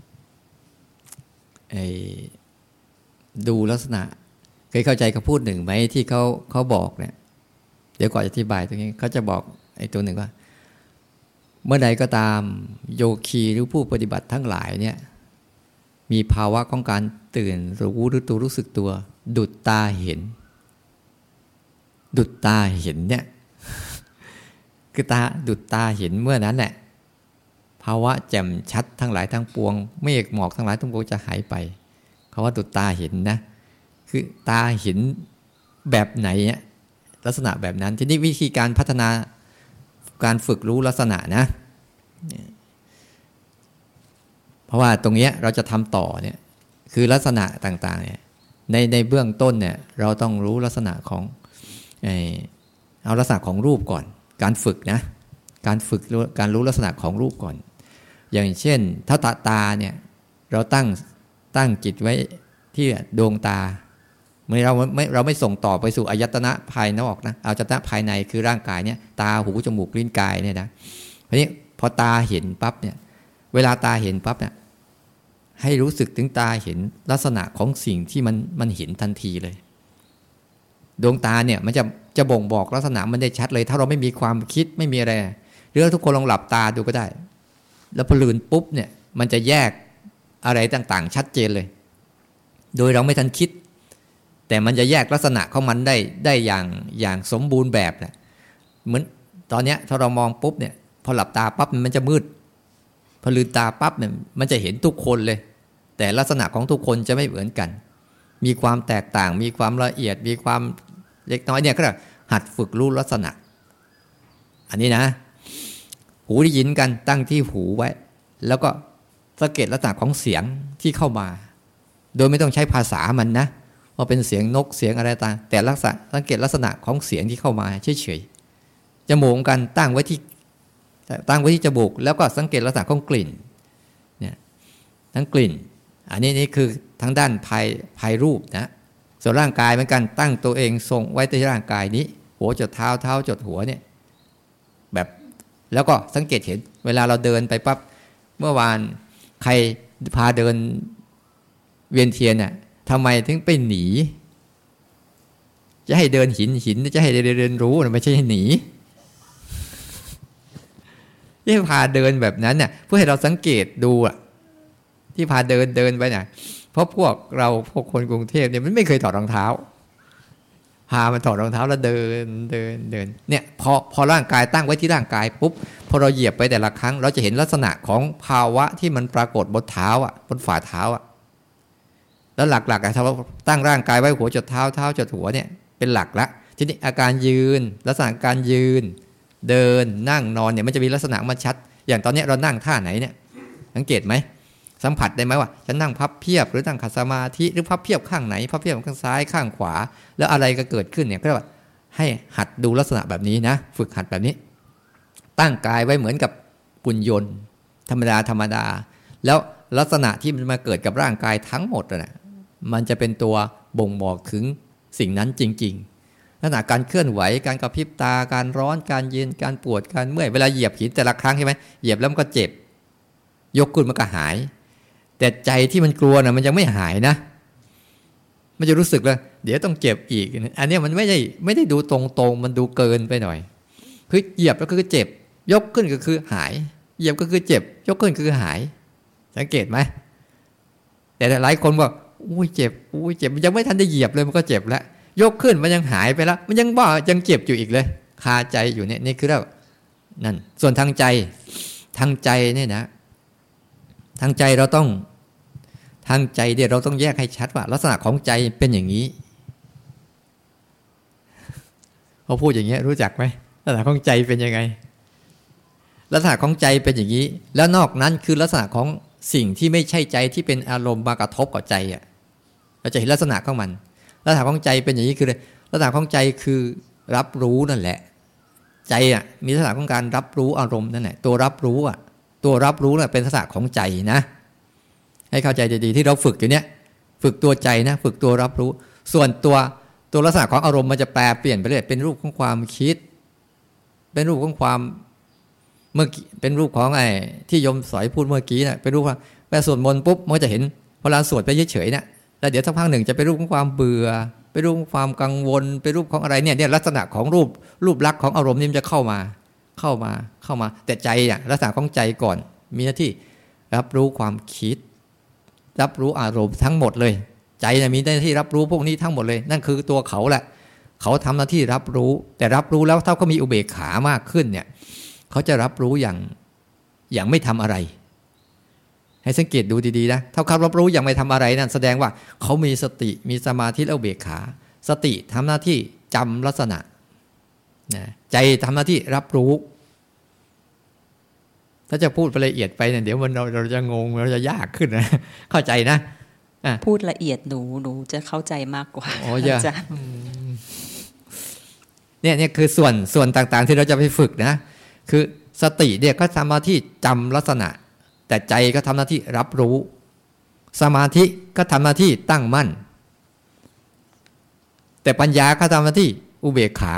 ไอ้ดูลักษณะเคยเข้าใจคำพูดหนึ่งไหมที่เขาเขาบอกเนี่ยเดี๋ยวก่อนอธิบายตรงนี้เขาจะบอกไอ้ตัวหนึ่งว่าเมื่อใดก็ตามโยคีหรือผู้ปฏิบัติทั้งหลายเนี่ยมีภาวะของการตื่นรู้หรือตัวรู้สึกตัวดุจตาเห็นดุจตาเห็นเนี่ยคือตาดุจตาเห็นเมื่อนั้นแหละภาวะแจ่มชัดทั้งหลายทั้งปวงเมฆหมอกทั้งหลายทั้งปวงจะหายไปคำว่าดุจตาเห็นนะคือตาเห็นแบบไหนเนี่ยลักษณะแบบนั้นทีนี้วิธีการพัฒนาการฝึกรู้ลักษณะนะเพราะว่าตรงนี้เราจะทำต่อเนี่ยคือลักษณะต่างๆเนี่ยในในเบื้องต้นเนี่ยเราต้องรู้ลักษณะของเอาลักษณะของรูปก่อนการฝึกนะการฝึกการรู้ลักษณะของรูปก่อนอย่างเช่นถ้าตาตาเนี่ยเราตั้งตั้งจิตไว้ที่ดวงตาเมื่อเราไม่เราไม่ส่งต่อไปสู่อายตนะภายนอกนะอายตนะภายในคือร่างกายเนี่ยตาหูจมูกลิ้นกายเนี่ยนะเพราะนี้พอตาเห็นปั๊บเนี่ยเวลาตาเห็นปั๊บเนี่ยให้รู้สึกถึงตาเห็นลักษณะของสิ่งที่มันมันเห็นทันทีเลยดวงตาเนี่ยมันจะจะบ่งบอกลักษณะมันได้ชัดเลยถ้าเราไม่มีความคิดไม่มีอะไรหรือทุกคนลองหลับตาดูก็ได้แล้วพอลืนปุ๊บเนี่ยมันจะแยกอะไรต่างๆชัดเจนเลยโดยเราไม่ทันคิดแต่มันจะแยกลักษณะของมันได้ได้อย่างอย่างสมบูรณ์แบบแหละเหมือนตอนนี้ถ้าเรามองปุ๊บเนี่ยพอหลับตาปั๊บมันจะมืดพอลืมตาปั๊บเนี่ยมันจะเห็นทุกคนเลยแต่ลักษณะของทุกคนจะไม่เหมือนกันมีความแตกต่างมีความละเอียดมีความเล็กน้อยเนี่ยก็หัดฝึกรู้ลักษณะอันนี้นะหูได้ยินกันตั้งที่หูไว้แล้วก็สังเกตลักษณะของเสียงที่เข้ามาโดยไม่ต้องใช้ภาษามันนะว่าเป็นเสียงนกเสียงอะไรต่างแต่ลักษณะสังเกตลักษณะของเสียงที่เข้ามาเฉยๆจมูกกันตั้งไว้ที่ตั้งไว้ที่จมูกแล้วก็สังเกตลักษณะของกลิ่นเนี่ยทั้งกลิ่นอันนี้นี่คือทั้งด้านภายภายรูปนะส่วนร่างกายเหมือนกันตั้งตัวเองทรงไว้ที่ร่างกายนี้หัวจดเท้าเท้าจดหัวเนี่ยแบบแล้วก็สังเกตเห็นเวลาเราเดินไปปั๊บเมื่อวานใครพาเดินเวียนเทียนเนี่ยทำไมถึงไปหนีจะให้เดินหินหินจะให้เรียนรู้นะไม่ใช่ให้หนีที่พาเดินแบบนั้นเนี่ยเพื่อให้เราสังเกตดูอ่ะที่พาเดินเดินไปเนี่ยเพราะพวกเราพวกคนกรุงเทพเนี่ยมันไม่เคยถอดรองเท้าพามันถอดรองเท้าแล้วเดินเดินเดินเนี่ยพอพอร่างกายตั้งไว้ที่ร่างกายปุ๊บพอเราเหยียบไปแต่ละครั้งเราจะเห็นลักษณะของภาวะที่มันปรากฏบนเท้าอ่ะบนฝ่าเท้าอ่ะแล้วหลักๆอ่ะถ้าเราตั้งร่างกายไว้หัวจดเท้าเท้าจดหัวเนี่ยเป็นหลักละทีนี้อาการยืนลักษณะการยืนเดินนั่งนอนเนี่ยมันจะมีลักษณะมันชัดอย่างตอนนี้เรานั่งท่าไหนเนี่ยสังเกตไหมสัมผัสได้ไหมว่าฉันนั่งพับเพียบหรือนั่งขัดสมาธิหรือพับเพียบข้างไหนพับเพียบข้างซ้ายข้างขวาแล้วอะไรก็เกิดขึ้นเนี่ยก็เรียกว่าให้หัดดูลักษณะแบบนี้นะฝึกหัดแบบนี้ตั้งกายไว้เหมือนกับหุ่นยนต์ธรรมดาธรรมดาแล้วลักษณะที่มันมาเกิดกับร่างกายทั้งหมดน่ะมันจะเป็นตัวบ่งบอกถึงสิ่งนั้นจริงๆลักษณะการเคลื่อนไหวการกระพริบตาการร้อนการเย็นการปวดการเมื่อยเวลาเหยียบหินแต่ละครั้งใช่ไหมเหยียบแล้วมันก็เจ็บยกขึ้นมันก็หายแต่ใจที่มันกลัวน่ะมันยังไม่หายนะมันจะรู้สึกเลยเดี๋ยวต้องเจ็บอีกอันนี้มันไม่ได้ไม่ได้ดูตรงๆมันดูเกินไปหน่อยคือเหยียบแล้วก็คือเจ็บยกขึ้นก็คือหายเหยียบก็คือเจ็บยกขึ้นก็คือหายสังเกตไหมแต่หลายคนบอกอุ้ยเจ็บอุ้ยเจ็บมันยังไม่ทันได้เหยียบเลยมันก็เจ็บแล้วยกขึ้นมันยังหายไปแล้วมันยังบ้ายังเจ็บอยู่อีกเลยคาใจอยู่เนี่ยนี่คือแล้วนั่นส่วนทางใจทางใจเนี่ยนะทางใจเราต้องทางใจเดี๋ยวเราต้องแยกให้ชัดว่าลักษณะของใจเป็นอย่างนี้พอพูดอย่างเงี้ยรู้จักไหมลักษณะของใจเป็นยังไงลักษณะของใจเป็นอย่างนี้แล้วนอกนั้นคือลักษณะของสิ่งที่ไม่ใช่ใจที่เป็นอารมณ์มากระทบกับใจอ่ะเราจะเห็นลักษณะของมันลักษณะของใจเป็นอย่างนี้คือลักษณะของใจคือรับรู้นั่นแหละใจอ่ะมีลักษณะของการรับรู้อารมณ์นั่นแหละตัวรับรู้อ่ะตัวรับรู้น่ะเป็นลักษณะของใจนะให้เข้าใจดีๆที่เราฝึกอยู่เนี้ยฝึกตัวใจนะฝึกตัวรับรู้ส่วนตัวตัวลักษณะของอารมณ์มันจะแปลเปลี่ยนไปเรื่อยเป็นรูปของความคิดเป็นรูปของความเมื่อกี้เป็นรูปของไอ้ที่โยมสอยพูดเมื่อกี้น่ะเป็นรูปว่าแปลสวดมนต์ปุ๊บมันจะเห็นเวลาสวดไปเฉยๆเนี่ยแล้วเดี๋ยวสักพักหนึ่งจะเป็นรูปของความเบื่อเป็นรูปของความกังวลเป็นรูปของอะไรเนี่ยเนี่ยลักษณะของรูปรูปลักษณ์ของอารมณ์นี่มันจะเข้ามาเข้ามาเข้ามาแต่ใจอ่ะลักษณะของใจก่อนมีหน้าที่รับรู้ความคิดรับรู้อารมณ์ทั้งหมดเลยใจเนี่ยมีหน้าที่รับรู้พวกนี้ทั้งหมดเลยนั่นคือตัวเขาแหละเขาทำหน้าที่รับรู้แต่รับรู้แล้วถ้าเขามีอุเบกขามากขึ้นเนี่ยเขาจะรับรู้อย่างอย่างไม่ทำอะไรให้สังเกตดูดีๆนะถ้าเขารับรู้อย่างไม่ทำอะไรนั่นแสดงว่าเขามีสติมีสมาธิและอุเบกขาสติทำหน้าที่จำลักษณะนะใจทำหน้าที่รับรู้ถ้าจะพูดไปละเอียดไปเนี่ยเดี๋ยวมันเราเราจะงงเราจะยากขึ้นนะเข้าใจนะพูดละเอียดหนูหนูจะเข้าใจมากกว่าอาจารย์เนี่ยเนี่ยคือส่วนส่วนต่างๆที่เราจะไปฝึกนะคือสติเนี่ยก็ทำหน้าที่จำลักษณะแต่ใจก็ทำหน้าที่รับรู้สมาธิก็ทำหน้าที่ตั้งมั่นแต่ปัญญาก็ทำหน้าที่อุเบกขา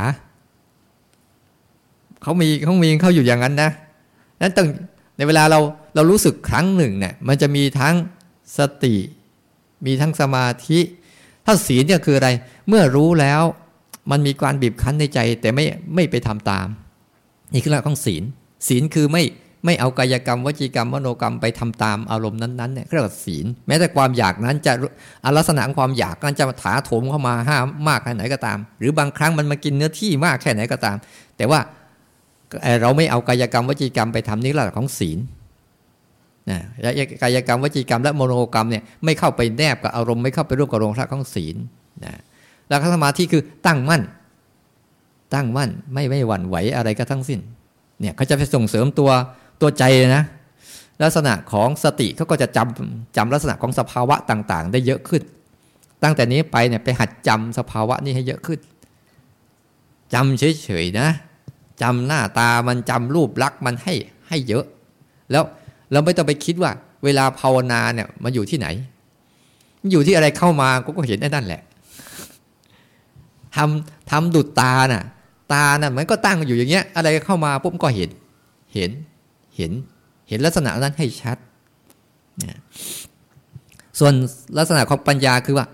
เขามีเขามีเขาอยู่อย่างนั้นนะนั้นตั้งในเวลาเราเรารู้สึกครั้งหนึ่งเนี่ยมันจะมีทั้งสติมีทั้งสมาธิถ้าศีลเนี่ยคืออะไรเมื่อรู้แล้วมันมีการบีบคั้นในใจแต่ไม่ไม่ไปทำตามนี่คือหลักของศีลศีลคือไม่ไม่เอากายกรรมวจีกรรมมโนกรรมไปทำตามอารมณ์นั้นๆเนี่ยเรียกว่าศีลแม้แต่ความอยากนั้นจะลักษณะของความอยากนั้นจะถาโถมเข้ามาห้ามมากแค่ไหนก็ตามหรือบางครั้งมันมากินเนื้อที่มากแค่ไหนก็ตามแต่ว่าเราไม่เอากายกรรมวจีกรรมไปทำนี่หลักของศีลนะกายกรรมวจีกรรมและมโนกรรมเนี่ยไม่เข้าไปแนบกับอารมณ์ไม่เข้าไปร่วมกับอารมณ์หลักของศีลนะหลักของสมาธิคือตั้งมั่นตั้งมั่นไม่ไม่หวั่นไหวอะไรก็ทั้งสิ้นเนี่ยเขาจะไปส่งเสริมตัวตัวใจนะลักษณะของสติเขาก็จะจำจำลักษณะของสภาวะต่างๆได้เยอะขึ้นตั้งแต่นี้ไปเนี่ยไปหัดจำสภาวะนี้ให้เยอะขึ้นจำเฉยๆนะจำหน้าตามันจำรูปลักษณ์มันให้ให้เยอะแล้วเราไม่ต้องไปคิดว่าเวลาภาวนาเนี่ยมันอยู่ที่ไหนมันอยู่ที่อะไรเข้ามาก็เห็นได้นั่นแหละทำทำดุจตาน่ะตาน่ะมันก็ตั้งอยู่อย่างเงี้ยอะไรเข้ามาปุ๊บก็เห็นเห็นเห็นเห็นลักษณะนั้นให้ชัดส่วนลักษณะของปัญญาคือว่า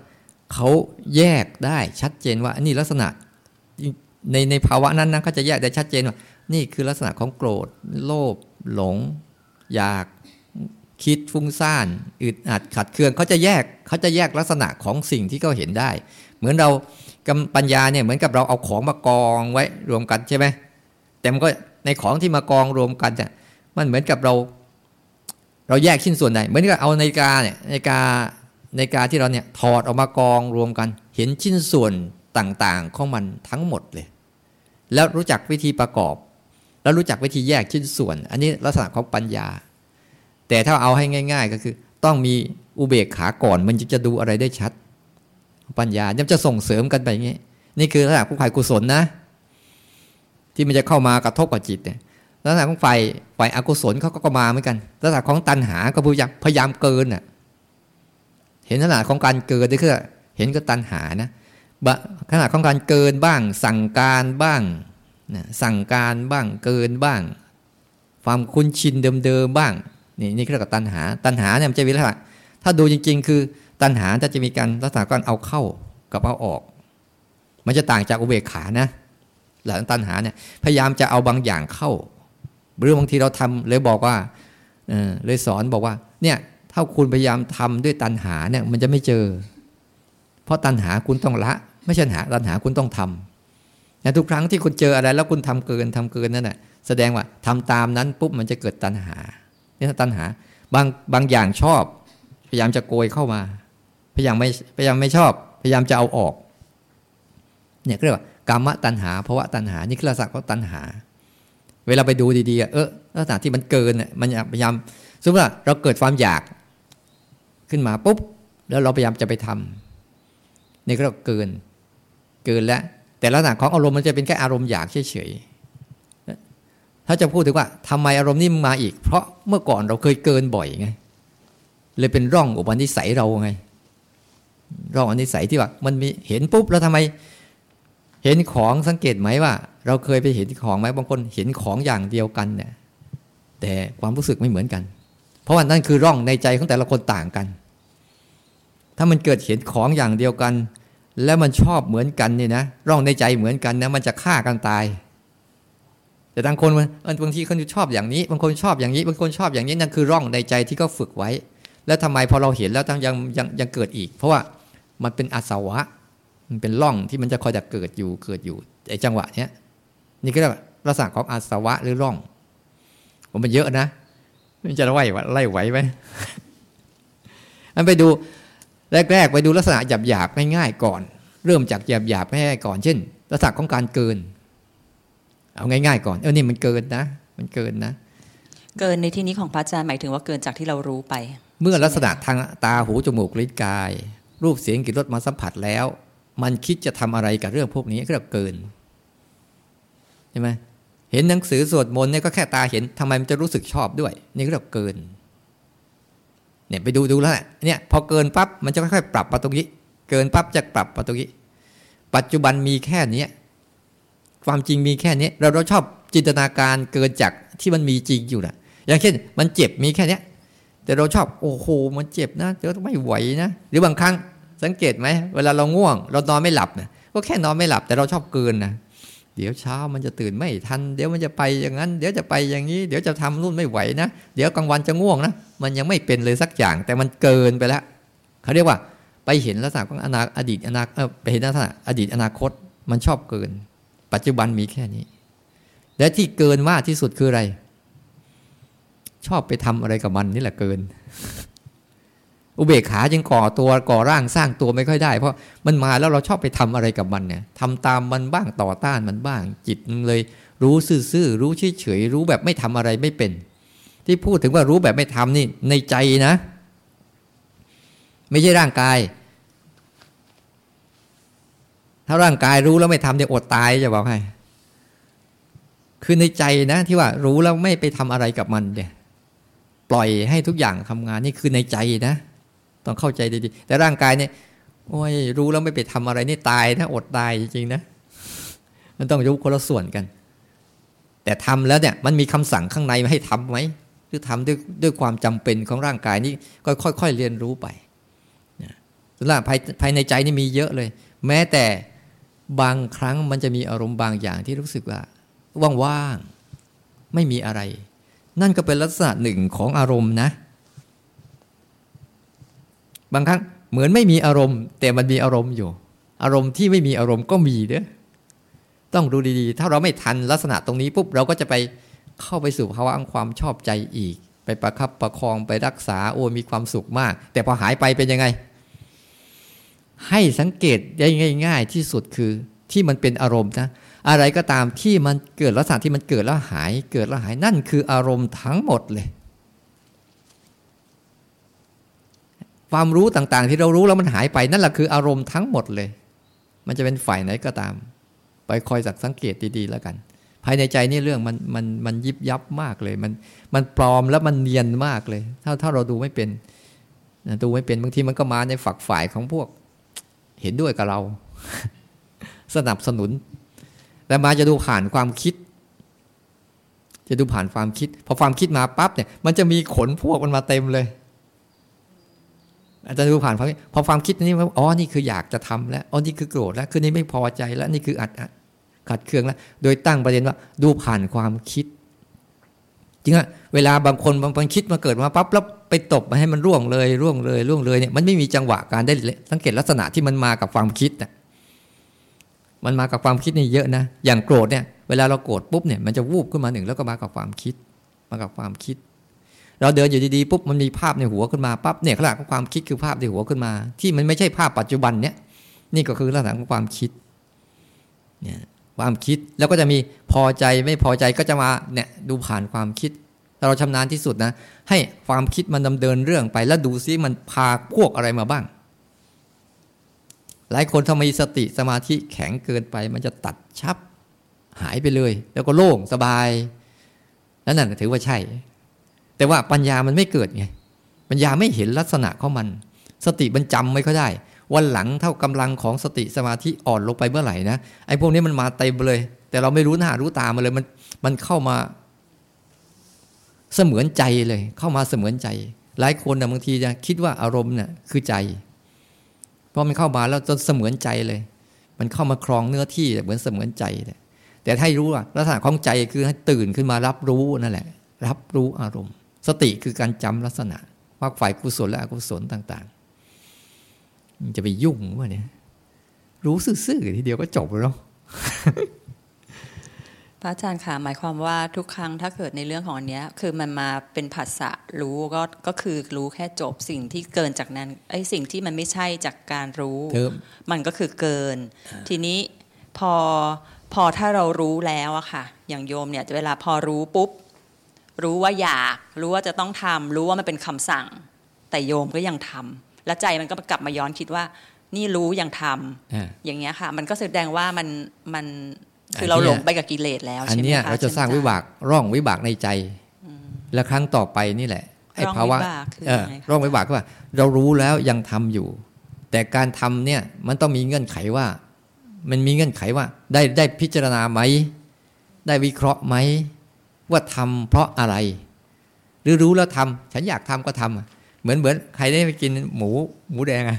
เขาแยกได้ชัดเจนว่าอันนี้ลักษณะในในภาวะนั้นนะเขาจะแยกได้ชัดเจนว่านี่คือลักษณะของโกรธโลภหลงอยากคิดฟุ้งซ่านอึดอัดขัดเคืองเขาจะแยกเขาจะแยกลักษณะของสิ่งที่เขาเห็นได้เหมือนเราปัญญาเนี่ยเหมือนกับเราเอาของมากองไว้รวมกันใช่ไหมแต่มันก็ในของที่มากองรวมกันเนี่ยมันเหมือนกับเราเราแยกชิ้นส่วนไหนเหมือนกับเอานาฬิกาเนี่ยนาฬิกานาฬิกาที่เราเนี่ยถอดออกมากองรวมกันเห็นชิ้นส่วนต่างๆของมันทั้งหมดเลยแล้วรู้จักวิธีประกอบแล้วรู้จักวิธีแยกชิ้นส่วนอันนี้ลักษณะของปัญญาแต่ถ้าเอาให้ง่ายๆก็คือต้องมีอุเบกขาก่อนมันจะดูอะไรได้ชัดปัญญาย่อมจะส่งเสริมกันไปอย่างนี้นี่คือลักษณะของฝ่ายกุศลนะที่มันจะเข้ามากระทบกับจิตเนี่ยลักษณะของฝ่ายฝ่ายอกุศลเขาก็มาเหมือนกันลักษณะของตัณหาก็พยายามพยายามเกินน่ะเห็นลักษณะของการเกินนี่คือเห็นก็ตัณหานะขณะของการเกินบ้างสั่งการบ้างนะสั่งการบ้างเกินบ้างความคุ้นชินเดิมๆบ้างนี่นี่เรียกว่าตัณหาตัณหาเนี่ยมันจะมีลักษณะถ้าดูจริงๆคือตัณหาจะจะมีการลักษณะการเอาเข้ากับเอาออกมันจะต่างจากอุเบกขานะหลังตัณหาเนี่ยพยายามจะเอาบางอย่างเข้าหรือบางทีเราทำเลยบอกว่าเออเลยสอนบอกว่าเนี่ยถ้าคุณพยายามทำด้วยตัณหาเนี่ยมันจะไม่เจอเพราะตัณหาคุณต้องละไม่ใช่หาตัณหาคุณต้องทำแต่ทุกครั้งที่คุณเจออะไรแล้วคุณทำเกินทำเกินนั่นแหละแสดงว่าทำตามนั้นปุ๊บมันจะเกิดตัณหานี่ตัณหาบางบางอย่างชอบพยายามจะโกยเข้ามาพยายามไม่พยายามไม่ชอบพยายามจะเอาออกเนี่ยเรียกว่ากามตัณหาภวตัณหานี่คือลักษณะของตัณหาเวลาไปดูดีๆเออลักษณะที่มันเกินเนี่ยมันพยายามสมมติว่าเราเกิดความอยากขึ้นมาปุ๊บแล้วเราพยายามจะไปทำนี่ก็เกินเกินแล้วแต่ลักษณะของอารมณ์มันจะเป็นแค่อารมณ์อยากเฉยๆถ้าจะพูดถึงว่าทำไมอารมณ์นี้มาอีกเพราะเมื่อก่อนเราเคยเกินบ่อยไงเลยเป็นร่องอุปนิสัยเราไงร่องอุปนิสัยที่ว่ามันมีเห็นปุ๊บแล้วทำไมเห็นของสังเกตไหมว่าเราเคยไปเห็นของไหมบางคนเห็นของอย่างเดียวกันเนี่ยแต่ความรู้สึกไม่เหมือนกันเพราะว่านั่นคือร่องในใจของแต่ละคนต่างกันถ้ามันเกิดเห็นของอย่างเดียวกันแล้วมันชอบเหมือนกันนี่นะร่องในใจเหมือนกันนะมันจะฆ่ากันตายแต่บางคนบางทีเขาชอบอย่างนี้บางคนชอบอย่างนี้บางคนชอบอย่างนี้นั่นคือร่องในใจที่เขาฝึกไว้แล้วทำไมพอเราเห็นแล้วยังยังยังเกิดอีกเพราะว่ามันเป็นอาสวะมันเป็นร่องที่มันจะคอยจะเกิดอยู่เกิดอยู่ไอ้จังหวะเนี้ยนี่ก็เรียกว่าลักษณะของอาสวะหรือร่องมันเยอะนะมันจะไล่ไล่ไหวไหมอันไปดูแรกๆไปดูลักษณะหยาบๆง่ายๆก่อนเริ่มจากหยาบๆง่ายๆก่อนเช่นลักษณะของการเกินเอาง่ายๆก่อนเออนี่มันเกินนะมันเกินนะเกินในที่นี้ของพระอาจารย์หมายถึงว่าเกินจากที่เรารู้ไปเมื่อลักษณะทางตาหูจมูกลิ้นกายรูปเสียงกลิ่นรสมาสัมผัสแล้วมันคิดจะทำอะไรกับเรื่องพวกนี้ก็เรียกเกินใช่ไหมเห็นหนังสือสวดมนต์เนี่ยก็แค่ตาเห็นทำไมมันจะรู้สึกชอบด้วยนี่ก็เรียกเกินเนี่ยไปดูดูแล้วเนี่ยพอเกินปั๊บมันจะค่อยๆปรับมาตรงนี้เกินปั๊บจะปรับมาตรงนี้ปัจจุบันมีแค่นี้ความจริงมีแค่นี้เราเราชอบจินตนาการเกินจากที่มันมีจริงอยู่นะอย่างเช่นมันเจ็บมีแค่นี้แต่เราชอบโอ้โหมันเจ็บนะเดี๋ยวไม่ไหวนะหรือบางครั้งสังเกตไหมเวลาเราง่วงเรานอนไม่หลับเนี่ยก็แค่นอนไม่หลับแต่เราชอบเกินนะเดี๋ยวเช้ามันจะตื่นไม่ทันเดี๋ยวมันจะไปอย่างนั้นเดี๋ยวจะไปอย่างนี้เดี๋ยวจะทำนู่นไม่ไหวนะเดี๋ยวกลางวันจะง่วงนะมันยังไม่เป็นเลยสักอย่างแต่มันเกินไปแล้วเขาเรียกว่าไปเห็นลักษณะของอนาอดีตอนาเออไปเห็นลักษณะอดีตอนาคตมันชอบเกินปัจจุบันมีแค่นี้และที่เกินมากที่สุดคืออะไรชอบไปทำอะไรกับมันนี่แหละเกินอุเบกขาจึงก่อตัวก่อร่างสร้างตัวไม่ค่อยได้เพราะมันมาแล้วเราชอบไปทำอะไรกับมันเนี่ยทำตามมันบ้างต่อต้านมันบ้างจิตเลยรู้ซื่อๆรู้เฉยๆรู้แบบไม่ทำอะไรไม่เป็นที่พูดถึงว่ารู้แบบไม่ทำนี่ในใจนะไม่ใช่ร่างกายถ้าร่างกายรู้แล้วไม่ทำเนี่ยอดตายจะบอกให้คือในใจนะที่ว่ารู้แล้วไม่ไปทำอะไรกับมันเนี่ยปล่อยให้ทุกอย่างทำงานนี่คือในใจนะต้องเข้าใจดีๆแต่ร่างกายเนี่ยโอ้ยรู้แล้วไม่ไปทำอะไรนี่ตายนะอดตายจริงๆนะมันต้องยกคนละส่วนกันแต่ทำแล้วเนี่ยมันมีคำสั่งข้างในมาให้ทำไหมหรือทำด้วยด้วยความจำเป็นของร่างกายนี่ก็ค่อยๆเรียนรู้ไปส่วนภายภายในใจนี่มีเยอะเลยแม้แต่บางครั้งมันจะมีอารมณ์บางอย่างที่รู้สึกว่าว่างๆไม่มีอะไรนั่นก็เป็นลักษณะหนึ่งของอารมณ์นะบางครั้งเหมือนไม่มีอารมณ์แต่มันมีอารมณ์อยู่อารมณ์ที่ไม่มีอารมณ์ก็มีเด้อต้องดูดีๆถ้าเราไม่ทันลักษณะตรงนี้ปุ๊บเราก็จะไปเข้าไปสู่ภาวะความชอบใจอีกไปประคับประคองไปรักษาโอ้มีความสุขมากแต่พอหายไปเป็นยังไงให้สังเกตได้ง่ายๆที่สุดคือที่มันเป็นอารมณ์นะอะไรก็ตามที่มันเกิดลักษณะที่มันเกิดแล้วหายเกิดแล้วหายนั่นคืออารมณ์ทั้งหมดเลยความรู้ต่างๆที่เรารู้แล้วมันหายไปนั่นแหละคืออารมณ์ทั้งหมดเลยมันจะเป็นฝ่ายไหนก็ตามไปคอยสังเกตดีๆแล้วกันภายในใจนี่เรื่องมันมันมันยิบยับมากเลยมันมันปลอมแล้วมันเนียนมากเลยถ้าถ้าเราดูไม่เป็นดูไม่เป็นบางทีมันก็มาในฝักฝ่ายของพวกเห็นด้วยกับเรา สนับสนุนแต่มาจะดูผ่านความคิดจะดูผ่านความคิดพอความคิดมาปั๊บเนี่ยมันจะมีขนพวกมันมาเต็มเลยอาจจะดูผ่านความคิดพอความคิดนี้ว่าอ๋อนี่คืออยากจะทำแล้วอ๋อนี่คือโกรธแล้วคือนี่ไม่พอใจแล้วนี่คืออัดขัดเคืองแล้วโดยตั้งประเด็นว่าดูผ่านความคิดจริงอะเวลาบางคนบางคนคิดมาเกิดมาปั๊บแล้วไปตบมาให้มันร่วงเลยร่วงเลยร่วงเลยเนี่ยมันไม่มีจังหวะการได้สังเกตลักษณะที่มันมากับความคิดน่ะมันมากับความคิดนี่เยอะนะอย่างโกรธเนี่ยเวลาเราโกรธปุ๊บเนี่ยมันจะวูบขึ้นมาหนึ่งแล้วก็มากับความคิดมากับความคิดเราเดินอยู่ดีๆปุ๊บมันมีภาพในหัวขึ้นมาปั๊บเนี่ยขณะของความคิดคือภาพในหัวขึ้นมาที่มันไม่ใช่ภาพปัจจุบันเนี่ยนี่ก็คือลักษณะของความคิดเนี่ยความคิดแล้วก็จะมีพอใจไม่พอใจก็จะมาเนี่ยดูผ่านความคิดเราชำนาญที่สุดนะให้ความคิดมันดำเนินเรื่องไปแล้วดูซิมันพาพวกอะไรมาบ้างหลายคนถ้ามีสติสมาธิแข็งเกินไปมันจะตัดชับหายไปเลยแล้วก็โล่งสบายแล้วนั่นถือว่าใช่แต่ว่าปัญญามันไม่เกิดไงปัญญาไม่เห็นลักษณะของมันสติมันจำไม่ค่อยได้วันหลังเท่ากำลังของสติสมาธิอ่อนลงไปเมื่อไหร่นะไอ้พวกนี้มันมาเต็มเลยแต่เราไม่รู้หน้ารู้ตามาเลยมันมันเข้ามาเสมือนใจเลยเข้ามาเสมือนใจหลายคนนะบางทีจะคิดว่าอารมณ์เนี่ยคือใจพอมันเข้ามาแล้วจนเสมือนใจเลยมันเข้ามาครองเนื้อที่เหมือนเสมือนใจเลยแต่ให้รู้ว่าลักษณะของใจคือให้ตื่นขึ้นมารับรู้นั่นแหละรับรู้อารมณ์สติคือการจำลักษณะว่าฝ่ายกุศลและอกุศลต่างๆมันจะไปยุ่งวะเนี่ยรู้ซื่อๆทีเดียวก็จบแล้วพระอาจารย์ค่ะหมายความว่าทุกครั้งถ้าเกิดในเรื่องของอันเนี้ยคือมันมาเป็นผัสสะรู้ก็ก็คือรู้แค่จบสิ่งที่เกินจากนั้นไอ้สิ่งที่มันไม่ใช่จากการรู้มันก็คือเกินทีนี้พอพอถ้าเรารู้แล้วอะค่ะอย่างโยมเนี่ยเวลาพอรู้ปุ๊บรู้ว่าอยากรู้ว่าจะต้องทำรู้ว่ามันเป็นคำสั่งแต่โยมก็ยังทำแล้วใจมันก็กลับมาย้อนคิดว่านี่รู้ยังทำอย่างเงี้ยค่ะมันก็แสดงว่ามันมันคือเราหลงไปกับกิเลสแล้วใช่ไหมคะอันนี้เราจะสร้างวิบากร่องวิบากในใจและครั้งต่อไปนี่แหละไอ้ภาวะร่องวิบากว่าเรารู้แล้วยังทำอยู่แต่การทำเนี่ยมันต้องมีเงื่อนไขว่ามันมีเงื่อนไขว่าได้ได้พิจารณาไหมได้วิเคราะห์ไหมว่าทำเพราะอะไรหรือรู้แล้วทำฉันอยากทำก็ทำเหมือนเหมือนใครได้ไปกินหมูหมูแดงอะ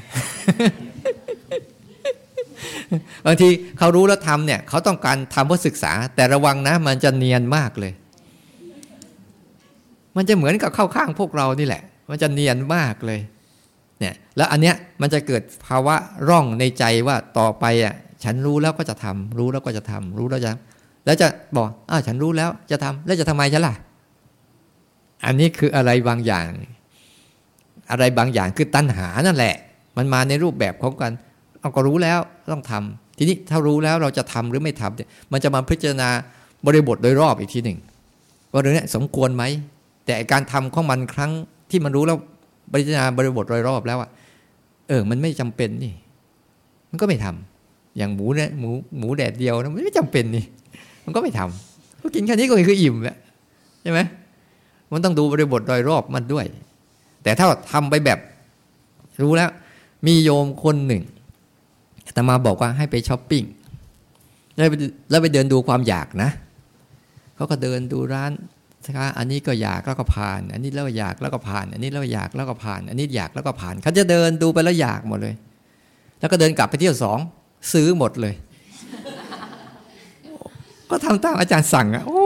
บางทีเขารู้แล้วทำเนี่ยเขาต้องการทำเพื่อศึกษาแต่ระวังนะมันจะเนียนมากเลยมันจะเหมือนกับเข้าข้างพวกเรานี่แหละมันจะเนียนมากเลยเนี่ยแล้วอันเนี้ยมันจะเกิดภาวะร่องในใจว่าต่อไปอ่ะฉันรู้แล้วก็จะทำรู้แล้วก็จะทำรู้แล้วจะแล้วจะบอกอ้าวฉันรู้แล้วจะทำแล้วจะทำไมฉันล่ะอันนี้คืออะไรบางอย่างอะไรบางอย่างคือตัณหานั่นแหละมันมาในรูปแบบของกันเอาก็รู้แล้วต้องทำทีนี้ถ้ารู้แล้วเราจะทำหรือไม่ทำเนี่ยมันจะมาพิจารณาบริบทโดยรอบอีกทีหนึ่งว่าเรื่องนี้สมควรไหมแต่การทำของมันครั้งที่มันรู้แล้วพิจารณาบริบทโดยรอบแล้วอ่ะเออมันไม่จำเป็นนี่มันก็ไม่ทำอย่างหมูเนี่ยหมูหมูแดดเดียวนะมันไม่จำเป็นนี่มันก็ไม่ทำก็กินแค่นี้ก็คืออิ่มแล้วใช่ไหมมันต้องดูบริบทโดยรอบมันด้วยแต่ถ้าทำไปแบบรู้แล้วมีโยมคนหนึ่งอาตมาบอกว่าให้ไปช้อปปิ้งแล้วไปแล้วไปเดินดูความอยากนะเขาก็เดินดูร้านอันนี้ก็อยากแล้วก็ผ่านอันนี้แล้วอยากแล้วก็ผ่านอันนี้แล้วอยากแล้วก็ผ่านอันนี้อยากแล้วก็ผ่านเขาจะเดินดูไปแล้วอยากหมดเลยแล้วก็เดินกลับไปเที่ยวสองซื้อหมดเลยก็ทำตามอาจารย์สั่งอ่ะโอ้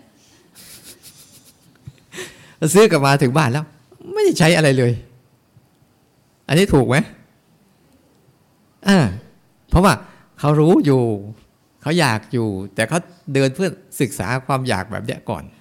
ซื้อกลับมาถึงบ้านแล้วไม่ได้ใช้อะไรเลยอันนี้ถูกไหมอ่าเพราะว่าเขารู้อยู่เขาอยากอยู่แต่เขาเดินเพื่อศึกษาความอยากแบบเนี้ยก่อน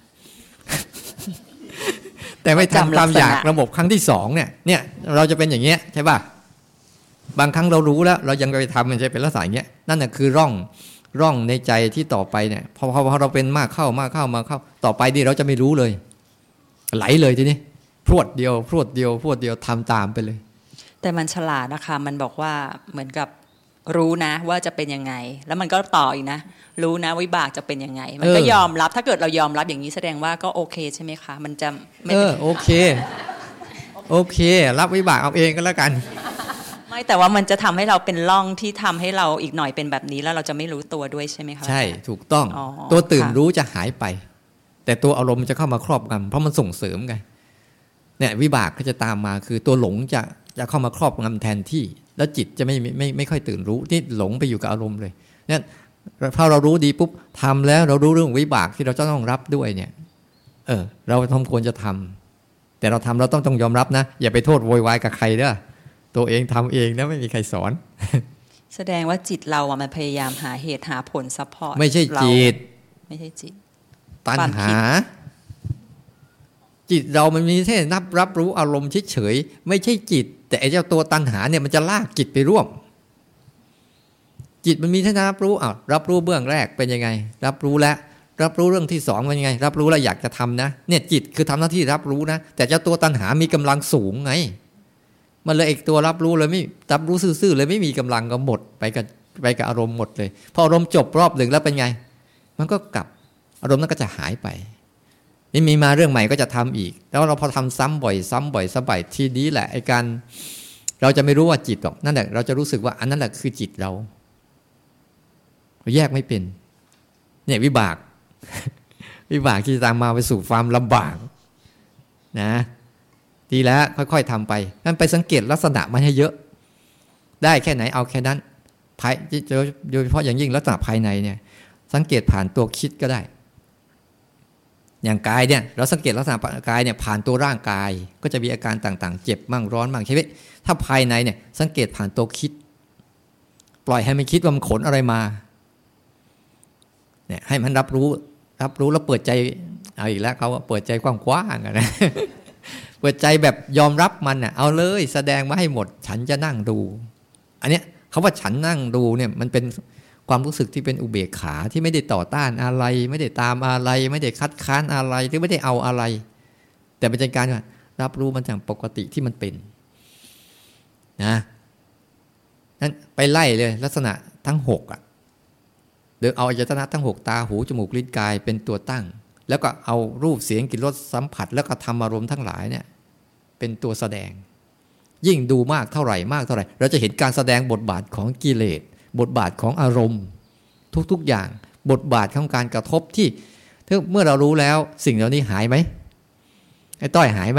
แต่ไม่ทำความอยากระบบครั้งที่สองเนี่ยเนี่ยเราจะเป็นอย่างเงี้ยใช่ป่ะบางครั้งเรารู้แล้วเรายังไปทำมันจะเป็นลักษณะอย่างเงี้ยนั่นน่ะคือร่องร่องในใจที่ต่อไปเนี่ยพอพอเราเป็นมากเข้ามากเข้ามาเข้าต่อไปดิเราจะไม่รู้เลยไหลเลยทีนี้พรวดเดียวพรวดเดียวพรวดเดียวทำตามไปเลยแต่มันฉลาดนะคะมันบอกว่าเหมือนกับรู้นะว่าจะเป็นยังไงแล้วมันก็ต่ออีกนะรู้นะวิบากจะเป็นยังไงมันก็ยอมรับถ้าเกิดเรายอมรับอย่างนี้แสดงว่าก็โอเคใช่ไหมคะมันจะเออโอเคโอเครับวิบากเอาเองก็แล้วกันไม่แต่ว่ามันจะทำให้เราเป็นร่องที่ทำให้เราอีกหน่อยเป็นแบบนี้แล้วเราจะไม่รู้ตัวด้วยใช่ไหมคะใช่ถูกต้องตัวตื่นรู้จะหายไปแต่ตัวอารมณ์จะเข้ามาครอบงำเพราะมันส่งเสริมไงเนี่ยวิบากก็จะตามมาคือตัวหลงจะจะเข้ามาครอบงำแทนที่แล้วจิตจะไม่ไม่ไม่ค่อยตื่นรู้ที่หลงไปอยู่กับอารมณ์เลยเนี่ยพอเรารู้ดีปุ๊บทำแล้วเรารู้เรื่องวิบากที่เราจะต้องรับด้วยเนี่ยเออเราทำควรจะทำแต่เราทำเราต้องต้องยอมรับนะอย่าไปโทษโวยวายกับใครเด้อตัวเองทำเองนะไม่มีใครสอนแสดงว่าจิตเราอะมันพยายามหาเหตุหาผลซัพพอร์ตไม่ใช่จิตไม่ใช่จิตตัณหาจิตเรามันมีแค่นับรับรู้อารมณ์เฉยๆไม่ใช่จิตแต่ไอ้เจ้าตัวตัณหาเนี่ยมันจะลากจิตไปร่วมจิตมันมีแค่รับรู้อ่ะรับรู้เบื้องแรกเป็นยังไงรับรู้แล้วรับรู้เรื่องที่สองเป็นยังไงรับรู้แล้วอยากจะทำนะเนี่ยจิตคือทำหน้าที่รับรู้นะแต่เจ้าตัวตัณหามีกำลังสูงไงมันเลยไอ้ตัวรับรู้เลยไม่รับรู้ซื่อๆเลยไม่มีกำลังก็หมดไปกับไปกับอารมณ์หมดเลยพออารมณ์จบรอบหนึ่งแล้วเป็นไงมันก็กลับอารมณ์นั้นก็จะหายไปนี่มีมาเรื่องใหม่ก็จะทำอีกแล้วเราพอทำซ้ำบ่อยซ้ำบ่อยซ้ำบ่อยทีนี้แหละไอ้การเราจะไม่รู้ว่าจิตหรอกนั่นแหละเราจะรู้สึกว่าอันนั้นแหละคือจิตเราเราแยกไม่เป็นเนี่ยวิบากวิบากที่จะตามมาไปสู่ความลำบากนะดีแล้วค่อยๆทำไปนั่นไปสังเกตลักษณะมันให้เยอะได้แค่ไหนเอาแค่นั้นภายโดยเฉพาะอย่างยิ่งลักษณะภายในเนี่ยสังเกตผ่านตัวคิดก็ได้อย่างกายเนี่ยเราสังเกตลักษณะกายเนี่ยผ่านตัวร่างกายก็จะมีอาการต่างๆเจ็บมั่งร้อนมั่งใช่ไหมถ้าภายในเนี่ยสังเกตผ่านตัวคิดปล่อยให้มันคิดว่ามันขนอะไรมาเนี่ยให้มันรับรู้รับรู้แล้วเปิดใจเอาอีกแล้วเขาว่าเปิดใจกว้างๆนะเปิดใจแบบยอมรับมันน่ะเอาเลยแสดงมาให้หมดฉันจะนั่งดูอันเนี้ยเขาว่าฉันนั่งดูเนี่ยมันเป็นความรู้สึกที่เป็นอุเบกขาที่ไม่ได้ต่อต้านอะไรไม่ได้ตามอะไรไม่ได้คัดค้านอะไรหรือไม่ได้เอาอะไรแต่เป็นการรับรู้มันอย่างปกติที่มันเป็นนะนั้นไปไล่เลยลักษณะทั้งหกอ่ะโดยเอาอายตนะทั้งหกตาหูจมูกลิ้นกายเป็นตัวตั้งแล้วก็เอารูปเสียงกลิ่นรสสัมผัสแล้วก็ธรรมอารมณ์ทั้งหลายเนี่ยเป็นตัวแสดงยิ่งดูมากเท่าไหร่มากเท่าไหร่เราจะเห็นการแสดงบทบาทของกิเลสบทบาทของอารมณ์ทุกๆอย่างบทบาทของการกระทบที่เมื่อเรารู้แล้วสิ่งเหล่านี้หายไหมไอ้ต้อยหายไหม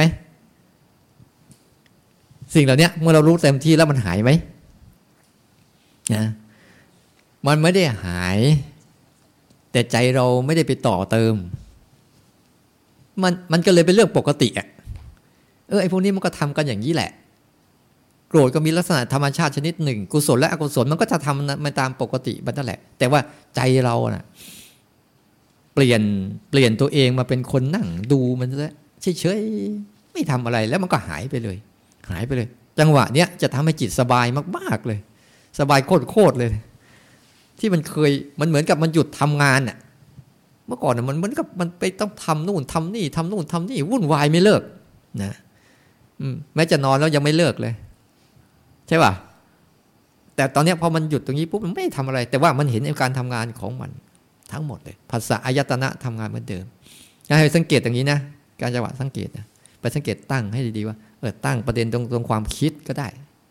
สิ่งเหล่านี้เมื่อเรารู้เต็มที่แล้วมันหายไหมนะมันไม่ได้หายแต่ใจเราไม่ได้ไปต่อเติมมันมันก็เลยเป็นเรื่องปกติอ่ะเออไอ้พวกนี้มันก็ทำกันอย่างนี้แหละโกรธก็มีลักษณะธรรมชาติชนิดหนึ่งกุศลและอกุศลมันก็จะทำมาตามปกติมันนั่นแหละแต่ว่าใจเราน่ะเปลี่ยนเปลี่ยนตัวเองมาเป็นคนนั่งดูมันซะเฉยๆไม่ทำอะไรแล้วมันก็หายไปเลยหายไปเลยจังหวะเนี้ยจะทำให้จิตสบายมากๆเลยสบายโคตรๆเลยที่มันเคยมันเหมือนกับมันหยุดทำงานน่ะเมื่อก่อนมันเหมือนกับมันไปต้องทำนู่นทำนี่ทำนู่นทำนี่วุ่นวายไม่เลิกนะแม้จะนอนแล้วยังไม่เลิกเลยใช่ป่ะแต่ตอนนี้พอมันหยุดตรงนี้ปุ๊บมันไม่ทำอะไรแต่ว่ามันเห็นในการทำงานของมันทั้งหมดเลยภาษาอายตนะทำงานเหมือนเดิมให้สังเกตอย่างนี้นะการจังหวะสังเกตนะไปสังเกตตั้งให้ดีๆว่าเออตั้งประเด็นตรงตรงความคิดก็ได้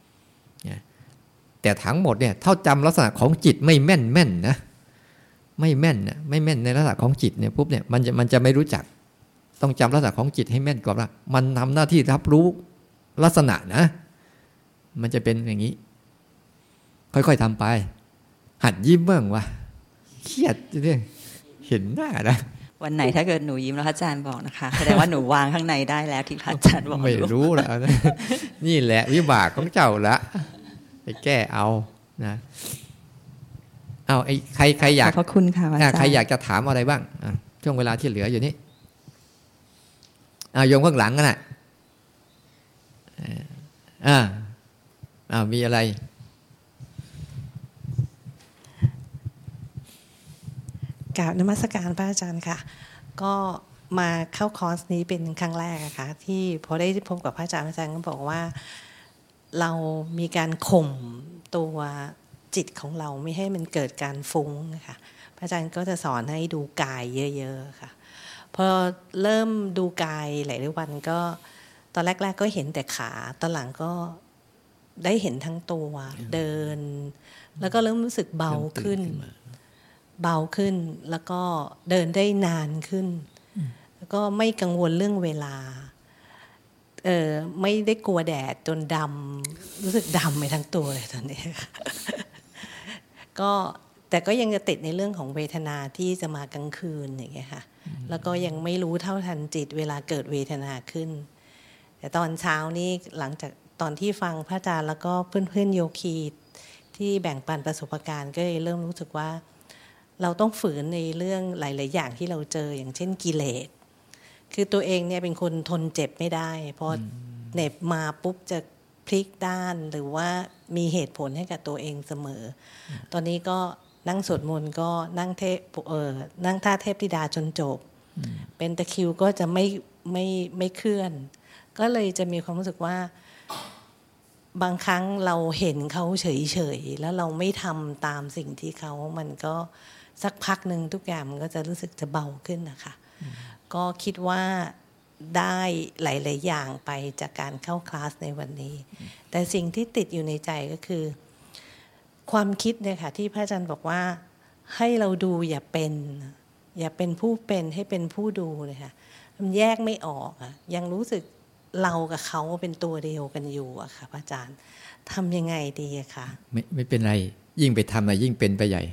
แต่ทั้งหมดเนี่ยเท่าจำลักษณะของจิตไม่แม่นแม่นนะไม่แม่นนะไม่แม่นในลักษณะของจิตเนี่ยปุ๊บเนี่ยมันจะมันจะไม่รู้จักต้องจำลักษณะของจิตให้แม่นก่อนว่ามันทำหน้าที่รับรู้ลักษณะนะมันจะเป็นอย่างนี้ค่อยๆทำไปหัดยิ้มบ้างวะเครียดเนี่ยเห็นหน้านะวันไหนถ้าเกิดหนูยิ้มแล้วพระอาจารย์บอกนะคะแสดงว่าหนูวางข้างในได้แล้วที่พระอาจารย์บอกไม่รู้แล้วนะนี่แหละวิบากของเจ้าละไปแก้เอานะเอาไอ้ใครใครอยากขอบพระคุณค่ะอาจารย์ใครอยากจะถามอะไรบ้างช่วงเวลาที่เหลืออยู่นี่เอาโยมข้างหลังกันน่ะอ่าอ่ามีอะไรกราบนมัสการพระอาจารย์ค่ะก็มาเข้าคอร์สนี้เป็นครั้งแรกอะค่ะที่พอได้พบกับพระอาจารย์พระอาจารย์ก็บอกว่าเรามีการข่มตัวจิตของเราไม่ให้มันเกิดการฟุ้งนะคะพระอาจารย์ก็จะสอนให้ดูกายเยอะๆค่ะพอเริ่มดูกายหลายๆวันก็ตอนแรกๆก็เห็นแต่ขาตอนหลังก็ได้เห็นทั้งตัวเดินแล้วก็เริ่มรู้สึกเบาขึ้นเบาขึ้นแล้วก็เดินได้นานขึ้นแล้วก็ไม่กังวลเรื่องเวลาเออไม่ได้กลัวแดดจนดำรู้สึกดำไปทั้งตัวเลยตอนนี้ ก็แต่ก็ยังจะติดในเรื่องของเวทนาที่จะมากลางคืนอย่างเงี้ยค่ะแล้วก็ยังไม่รู้เท่าทันจิตเวลาเกิดเวทนาขึ้นแต่ตอนเช้านี้หลังจากตอนที่ฟังพระอาจารย์แล้วก็เพื่อนๆโยคีที่แบ่งปันประสบการณ์ก็เลยเริ่มรู้สึกว่าเราต้องฝืนในเรื่องหลายๆอย่างที่เราเจออย่างเช่นกิเลสคือตัวเองเนี่ยเป็นคนทนเจ็บไม่ได้พอเหน็บมาปุ๊บจะพลิกด้านหรือว่ามีเหตุผลให้กับตัวเองเสมอตอนนี้ก็นั่งสวดมนต์ก็นั่งเทพเออนั่งท่าเทพธิดาจนจบเป็นตะคริวก็จะไม่ไม่ไม่เคลื่อนก็เลยจะมีความรู้สึกว่าบางครั้งเราเห็นเขาเฉยๆแล้วเราไม่ทำตามสิ่งที่เขามันก็สักพักหนึ่งทุกอย่างมันก็จะรู้สึกจะเบาขึ้นนะคะก็คิดว่าได้หลายๆอย่างไปจากการเข้าคลาสในวันนี้แต่สิ่งที่ติดอยู่ในใจก็คือความคิดเนี่ยค่ะที่พระอาจารย์บอกว่าให้เราดูอย่าเป็นอย่าเป็นผู้เป็นให้เป็นผู้ดูเลยค่ะมันแยกไม่ออกอะยังรู้สึกเรากับเขาเป็นตัวเดียวกันอยู่อะค่ะพระอาจารย์ทำยังไงดีอะคะไม่ไม่เป็นไรยิ่งไปทำนะยิ่งเป็นไปใหญ่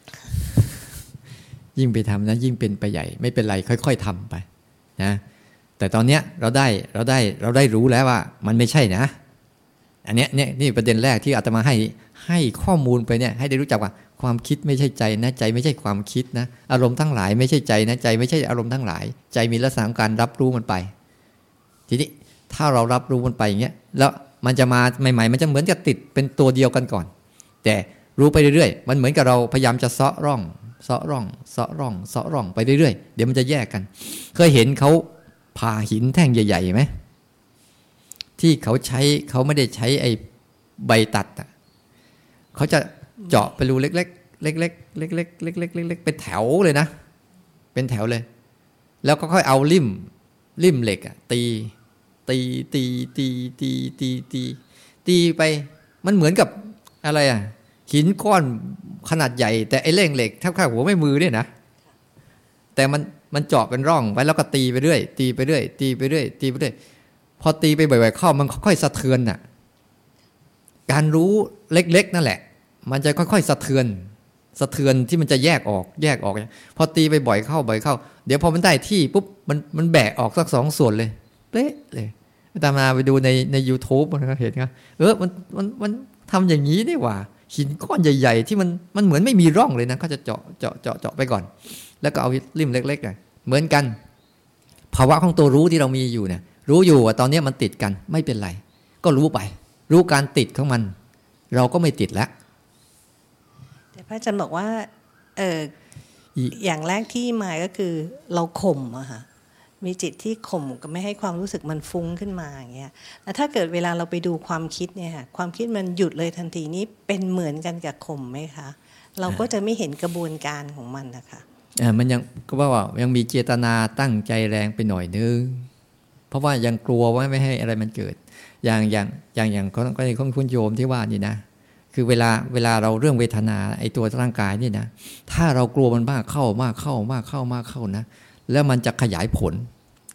ยิ่งไปทำนะยิ่งเป็นไปใหญ่ไม่เป็นไรค่อยๆทำไปนะแต่ตอนเนี้ยเราได้เราได้เราได้รู้แล้วว่ามันไม่ใช่นะอันเนี้ยเนี่ยนี่ประเด็นแรกที่อาตมาให้ให้ข้อมูลไปเนี่ยให้ได้รู้จักว่าความคิดไม่ใช่ใจนะใจไม่ใช่ความคิดนะอารมณ์ทั้งหลายไม่ใช่ใจนะใจไม่ใช่อารมณ์ทั้งหลายใจมีลักษณะของการรับรู้มันไปทีนี้ถ้าเรารับรู้มันไปอย่างเงี้ยแล้วมันจะมาใหม่ๆมันจะเหมือนกับติดเป็นตัวเดียวกันก่อนแต่รู้ไปเรื่อยๆมันเหมือนกับเราพยายามจะเซาะร่องเซาะร่องเซาะร่องเซาะร่องไปเรื่อยๆเดี๋ยวมันจะแยกกันเคยเห็นเขาผ่าหินแท่งใหญ่ๆไหมที่เขาใช้เขาไม่ได้ใช้ไอ้ใบตัดอ่ะเขาจะเจาะไปรูเล็กๆเล็กๆเล็กๆเล็กๆเล็กๆเป็นแถวเลยนะเป็นแถวเลยแล้วก็ค่อยเอาลิ่มลิ่มเหล็กอ่ะตีตีตีตีตีตีตีตีไปมันเหมือนกับอะไรอ่ะหินก้อนขนาดใหญ่แต่ไอ้เล่งเหล็กเท่าๆหัวไม่มือเนี่ยนะแต่มันมันเจาะเป็นร่องไว้แล้วก็ตีไปเรื่อยตีไปเรื่อยตีไปเรื่อยตีไปเรื่อยพอตีไปบ่อยๆเข้ามันค่อยๆสะเทือนน่ะการรู้เล็กๆนั่นแหละมันจะค่อยๆสะเทือนสะเทือนที่มันจะแยกออกแยกออกพอตีไปบ่อยเข้าบ่อยเข้าเดี๋ยวพอมันได้ที่ปุ๊บมันมันแบะออกสักสองส่วนเลยเป๊ะเลยตามมาไปดูในใน YouTube มันก็เห็นครับเออมันมันมันทำอย่างนี้นี่หว่าหินก้อนใหญ่ๆที่มันมันเหมือนไม่มีร่องเลยนะเขาจะเจาะเจาะเจาะเจาะไปก่อนแล้วก็เอาริมเล็กๆอ่ะเหมือนกันภาวะของตัวรู้ที่เรามีอยู่เนี่ยรู้อยู่ว่าตอนนี้มันติดกันไม่เป็นไรก็รู้ไปรู้การติดของมันเราก็ไม่ติดแล้วแต่พระอาจารย์บอกว่าเอออย่างแรกที่มาก็คือเราข่มอะค่ะมีจิตที่ข่มก็ไม่ให้ความรู้สึกมันฟุ้งขึ้นมาอย่างเงี้ยแล้วถ้าเกิดเวลาเราไปดูความคิดเนี่ยค่ะความคิดมันหยุดเลยทันทีนี้เป็นเหมือนกันกับข่มไหมคะเราก็จะไม่เห็นกระบวนการของมันนะคะอ่ามันยังก็ว่ายังมีเจตนาตั้งใจแรงไปหน่อยนึงเพราะว่ายังกลัวว่าไม่ให้อะไรมันเกิดอย่างอย่างอย่างอย่างก็ในของคุณโยมที่ว่านี่นะคือเวลาเวลาเราเรื่องเวทนาไอ้ตัวร่างกายนี่นะถ้าเรากลัวมันมากเข้ามากเข้ามากเข้ามากเข้านะแล้วมันจะขยายผล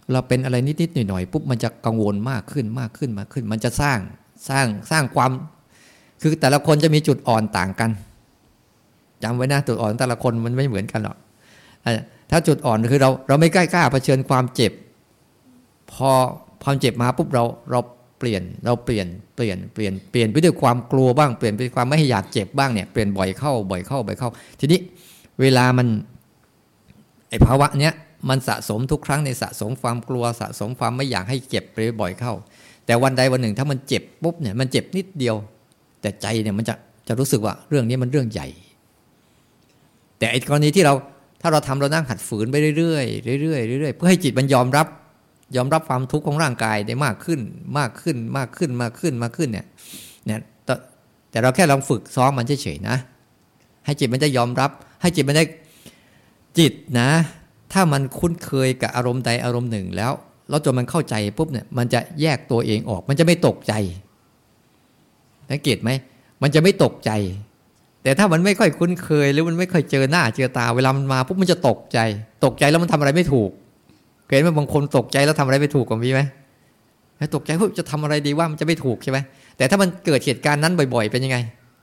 เราเป็นอะไรนิดๆหน่อยๆปุ๊บมันจะกังวลมากขึ้นมากขึ้นมากขึ้นมันจะสร้างสร้างสร้างความคือแต่ละคนจะมีจุดอ่อนต่างกันจำไว้นะจุดอ่อนแต่ละคนมันไม่เหมือนกันหรอกถ้าจุดอ่อนคือเราเราไม่กล้ากล้าเผชิญความเจ็บพอความเจ็บมาปุ๊บเราเราเปลี่ยนเราเปลี่ยนเปลี่ยนเปลี่ยนเปลี่ยนไปด้วยความกลัวบ้างเปลี่ยนไปความไม่อยากเจ็บบ้างเนี่ยเปลี่ยนบ่อยเข้าบ่อยเข้าบ่อยเข้าทีนี้เวลามันไอ้ภาวะเนี้ยมันสะสมทุกครั้งในสะสมความกลัวสะสมความไม่อยากให้เจ็บไปบ่อยเข้าแต่วันใดวันหนึ่งถ้ามันเจ็บปุ๊บเนี่ยมันเจ็บนิดเดียวแต่ใจเนี่ยมันจะจะรู้สึกว่าเรื่องนี้มันเรื่องใหญ่แต่ไอ้กรณีที่เราถ้าเราทำเรานั่งหัดฝืนไปเรื่อยๆเรื่อยๆเรื่อยๆเพื่อให้จิตมันยอมรับยอมรับความทุกข์ของร่างกายได้มากขึ้นมากขึ้นมากขึ้นมากขึ้นมากขึ้นเนี่ยเนี่ยแต่เราแค่ลองฝึกซ้อมมันเฉยๆนะให้จิตมันจะยอมรับให้จิตมันได้จิตนะถ้ามันคุ้นเคยกับอารมณ์ใดอารมณ์หนึ่งแล้วแล้วจนมันเข้าใจปุ๊บเนี่ยมันจะแยกตัวเองออกมันจะไม่ตกใจสังเกตไหมมันจะไม่ตกใจแต่ถ้ามันไม่ค่อยคุ้นเคยหรือมันไม่ค่อยเจอหน้าเจอตาเวลามันมาปุ๊บมันจะตกใจตกใจแล้วมันทำอะไรไม่ถูกเห็นไหมบางคนตกใจแล้วทำอะไรไม่ถูกก็มีไหมตกใจปุ๊บจะทำอะไรดีว่ามันจะไม่ถูกใช่ไหมแต่ถ้ามันเกิดเหตุการณ์นั้นบ่อยๆเป็นยังไง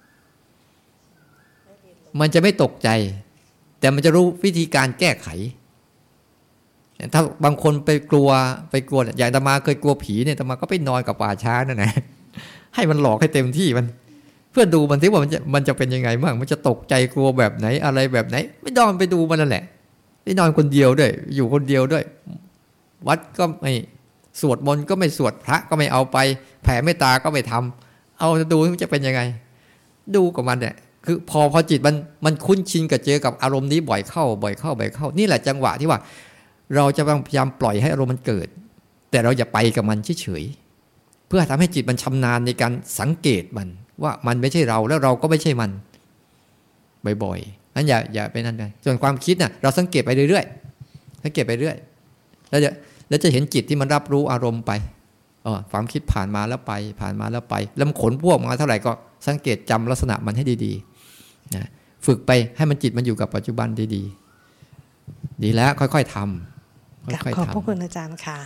มันจะไม่ตกใจแต่มันจะรู้วิธีการแก้ไขถ้าบางคนไปกลัวไปกลัวอย่างอาตมาเคยกลัวผีเนี่ยอาตมาก็ไปนอนกับป่าช้านั่นแหละให้มันหลอกให้เต็มที่มันเพื่อดูมันสิว่ามันจะมันจะเป็นยังไงบ้างมันจะตกใจกลัวแบบไหนอะไรแบบไหนไม่นอนไปดูมันนั่นแหละไปนอนคนเดียวด้วยอยู่คนเดียวด้วยวัดก็ไม่สวดมนต์ก็ไม่สวดพระก็ไม่เอาไปแผ่เมตตาก็ไม่ทำเอาดูมันจะเป็นยังไงดูกับมันเนี่ยคือพอพอจิตมันมันคุ้นชินกับเจอกับอารมณ์นี้บ่อยเข้าบ่อยเข้าบ่อยเข้านี่แหละจังหวะที่ว่าเราจะพยายามปล่อยให้อารมณ์มันเกิดแต่เราอย่าไปกับมันเฉยๆเพื่อทำให้จิตมันชำนาญในการสังเกตมันว่ามันไม่ใช่เราแล้วเราก็ไม่ใช่มันบ่อยๆนั้นอย่าอย่าไปนั่นเลยส่วนความคิดน่ะเราสังเกตไปเรื่อยๆสังเกตไปเรื่อยแล้วจะแล้วจะเห็นจิตที่มันรับรู้อารมณ์ไปอ๋อความคิดผ่านมาแล้วไปผ่านมาแล้วไปแล้วมันขนพวกมาเท่าไหร่ก็สังเกตจำลักษณะมันให้ดีๆนะฝึกไปให้มันจิตมันอยู่กับปัจจุบันดีๆดีแล้วค่อยๆทำค่อยๆทำขอบพระคุณอาจารย์ค่ะ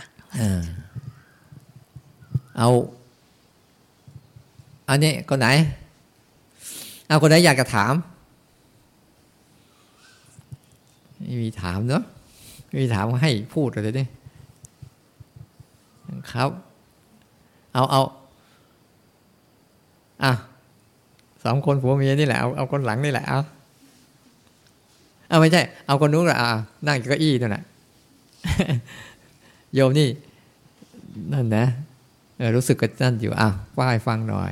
เอาอันนี้คนไหนเอาคนไหนอยากจะถามไม่มีถามเนาะไม่มีถามให้พูดเลยดิครับเอาเอาอ่ะสองคนผัวเมียนี่แหละเอาเอาคนหลังนี่แหละเอาเอาไม่ใช่เอาคนนู้นละอ่ะนั่งอยู่เก้าอี้นั่นแหละโยมนี่นั่นนะเออรู้สึกกับนั่นอยู่อ่ะว่าให้ฟังหน่อย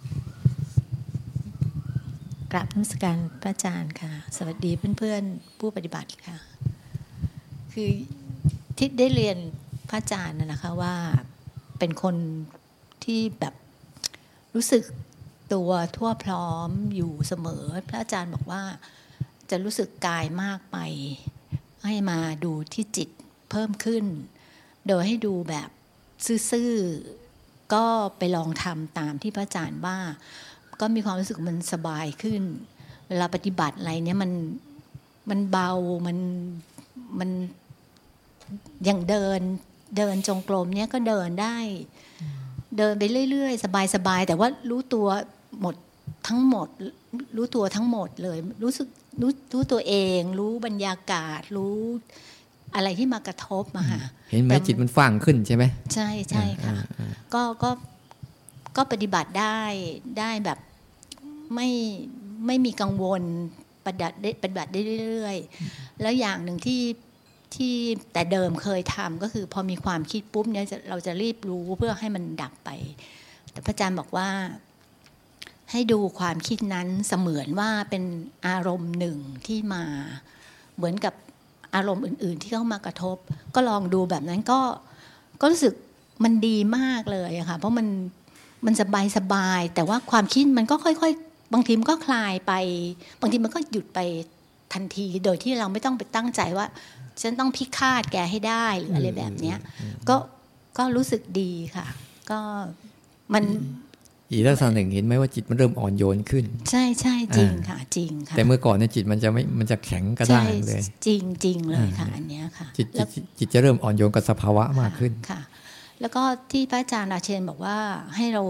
กราบนมัสการพระอาจารย์ค่ะสวัสดีเพื่อนๆผู้ปฏิบัติค่ะคือที่ได้เรียนพระอาจารย์นะคะว่าเป็นคนที่แบบรู้สึกตัวทั่วพร้อมอยู่เสมอพระอาจารย์บอกว่าจะรู้สึกกายมากไปให้มาดูที่จิตเพิ่มขึ้นโดยให้ดูแบบซื่อๆก็ไปลองทำตามที่พระอาจารย์ว่าก็มีความรู้สึกมันสบายขึ้นเวลาปฏิบัติอะไรเนี่ยมันมันเบามันมันอย่างเดินเดินจงกรมเนี่ยก็เดินได้เดินไปเรื่อยๆสบายๆแต่ว่ารู้ตัวหมดทั้งหมดรู้ตัวทั้งหมดเลยรู้สึกรู้รู้ตัวเองรู้บรรยากาศรู้อะไรที่มากระทบมาค่ะเห็นไหมจิตมันฟังขึ้นใช่ไหมใช่ใช่ค่ะก็ก็ก็ปฏิบัติได้ได้แบบไม่ไม่มีกังวลปฏิบัติได้ปฏิบัติได้เรื่อยๆแล้วอย่างหนึ่งที่ที่แต่เดิมเคยทำก็คือพอมีความคิดปุ๊บเนี่ยเราจะรีบรู้เพื่อให้มันดับไปแต่พระอาจารย์บอกว่าให้ดูความคิดนั้นเสมือนว่าเป็นอารมณ์หนึ่งที่มาเหมือนกับอารมณ์อื่นๆที่เข้ามากระทบก็ลองดูแบบนั้นก็ก็รู้สึกมันดีมากเลยอะค่ะเพราะมันมันสบายสบายแต่ว่าความคิดมันก็ค่อยๆบางทีมันก็คลายไปบางทีมันก็หยุดไปทันทีโดยที่เราไม่ต้องไปตั้งใจว่าฉันต้องพิฆาตแกให้ได้หรืออะไรแบบนี้ก็ก็รู้สึกดีค่ะก็มันอีกลักษณะหนึ่งเห็นไหมว่าจิตมันเริ่มอ่อนโยนขึ้นใช่ใช่จริงค่ะจริงค่ะแต่เมื่อก่อนเนี่ยจิตมันจะไม่มันจะแข็งกระด้างเลยจริงจริงเลยค่ะอันเนี้ยค่ะจิตจิตจะเริ่มอ่อนโยนกับสภาวะมากขึ้นค่ะแล้วก็ที่พระอาจารย์ราเชนบอกว่าให้เรา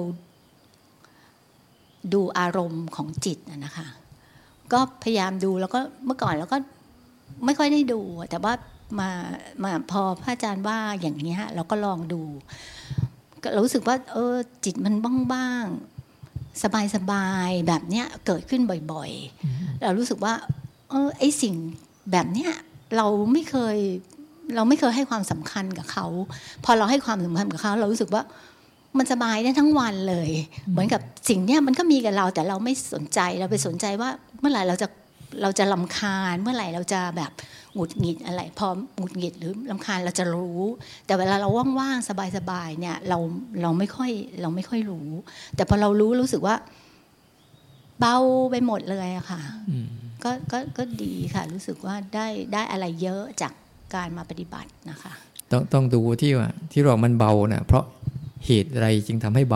ดูอารมณ์ของจิตนะคะก็พยายามดูแล้วก็เมื่อก่อนแล้วก็ไม่ค่อยได้ดูแต่ว่ามามาพอพระอาจารย์ว่าอย่างนี้เราก็ลองดูก็รู้สึกว่าเออจิตมันบ้างๆสบายๆแบบเนี้ยเกิดขึ้นบ่อยๆเรารู้สึกว่าเออไอสิ่งแบบเนี้ยเราไม่เคยเราไม่เคยให้ความสำคัญกับเขาพอเราให้ความสำคัญกับเขาเรารู้สึกว่ามันสบายได้ทั้งวันเลยเหมือนกับสิ่งเนี้ยมันก็มีกับเราแต่เราไม่สนใจเราไปสนใจว่าเมื่อไหร่เราจะเราจะรำคาญเมื่อไหร่เราจะแบบหงุดหงิดอะไรพอหงุดหงิดหรือรำคาญเราจะรู้แต่เวลาเราว่างๆสบายๆเนี่ยเราเราไม่ค่อยเราไม่ค่อยรู้แต่พอเรารู้รู้สึกว่าเบาไปหมดเลยอะค่ะก็ก็ก็ดีค่ะรู้สึกว่าได้ได้อะไรเยอะจากการมาปฏิบัตินะคะต้องต้องดูที่ว่าที่เรามันเบานะเพราะเหตุอะไรจึงทำให้เบา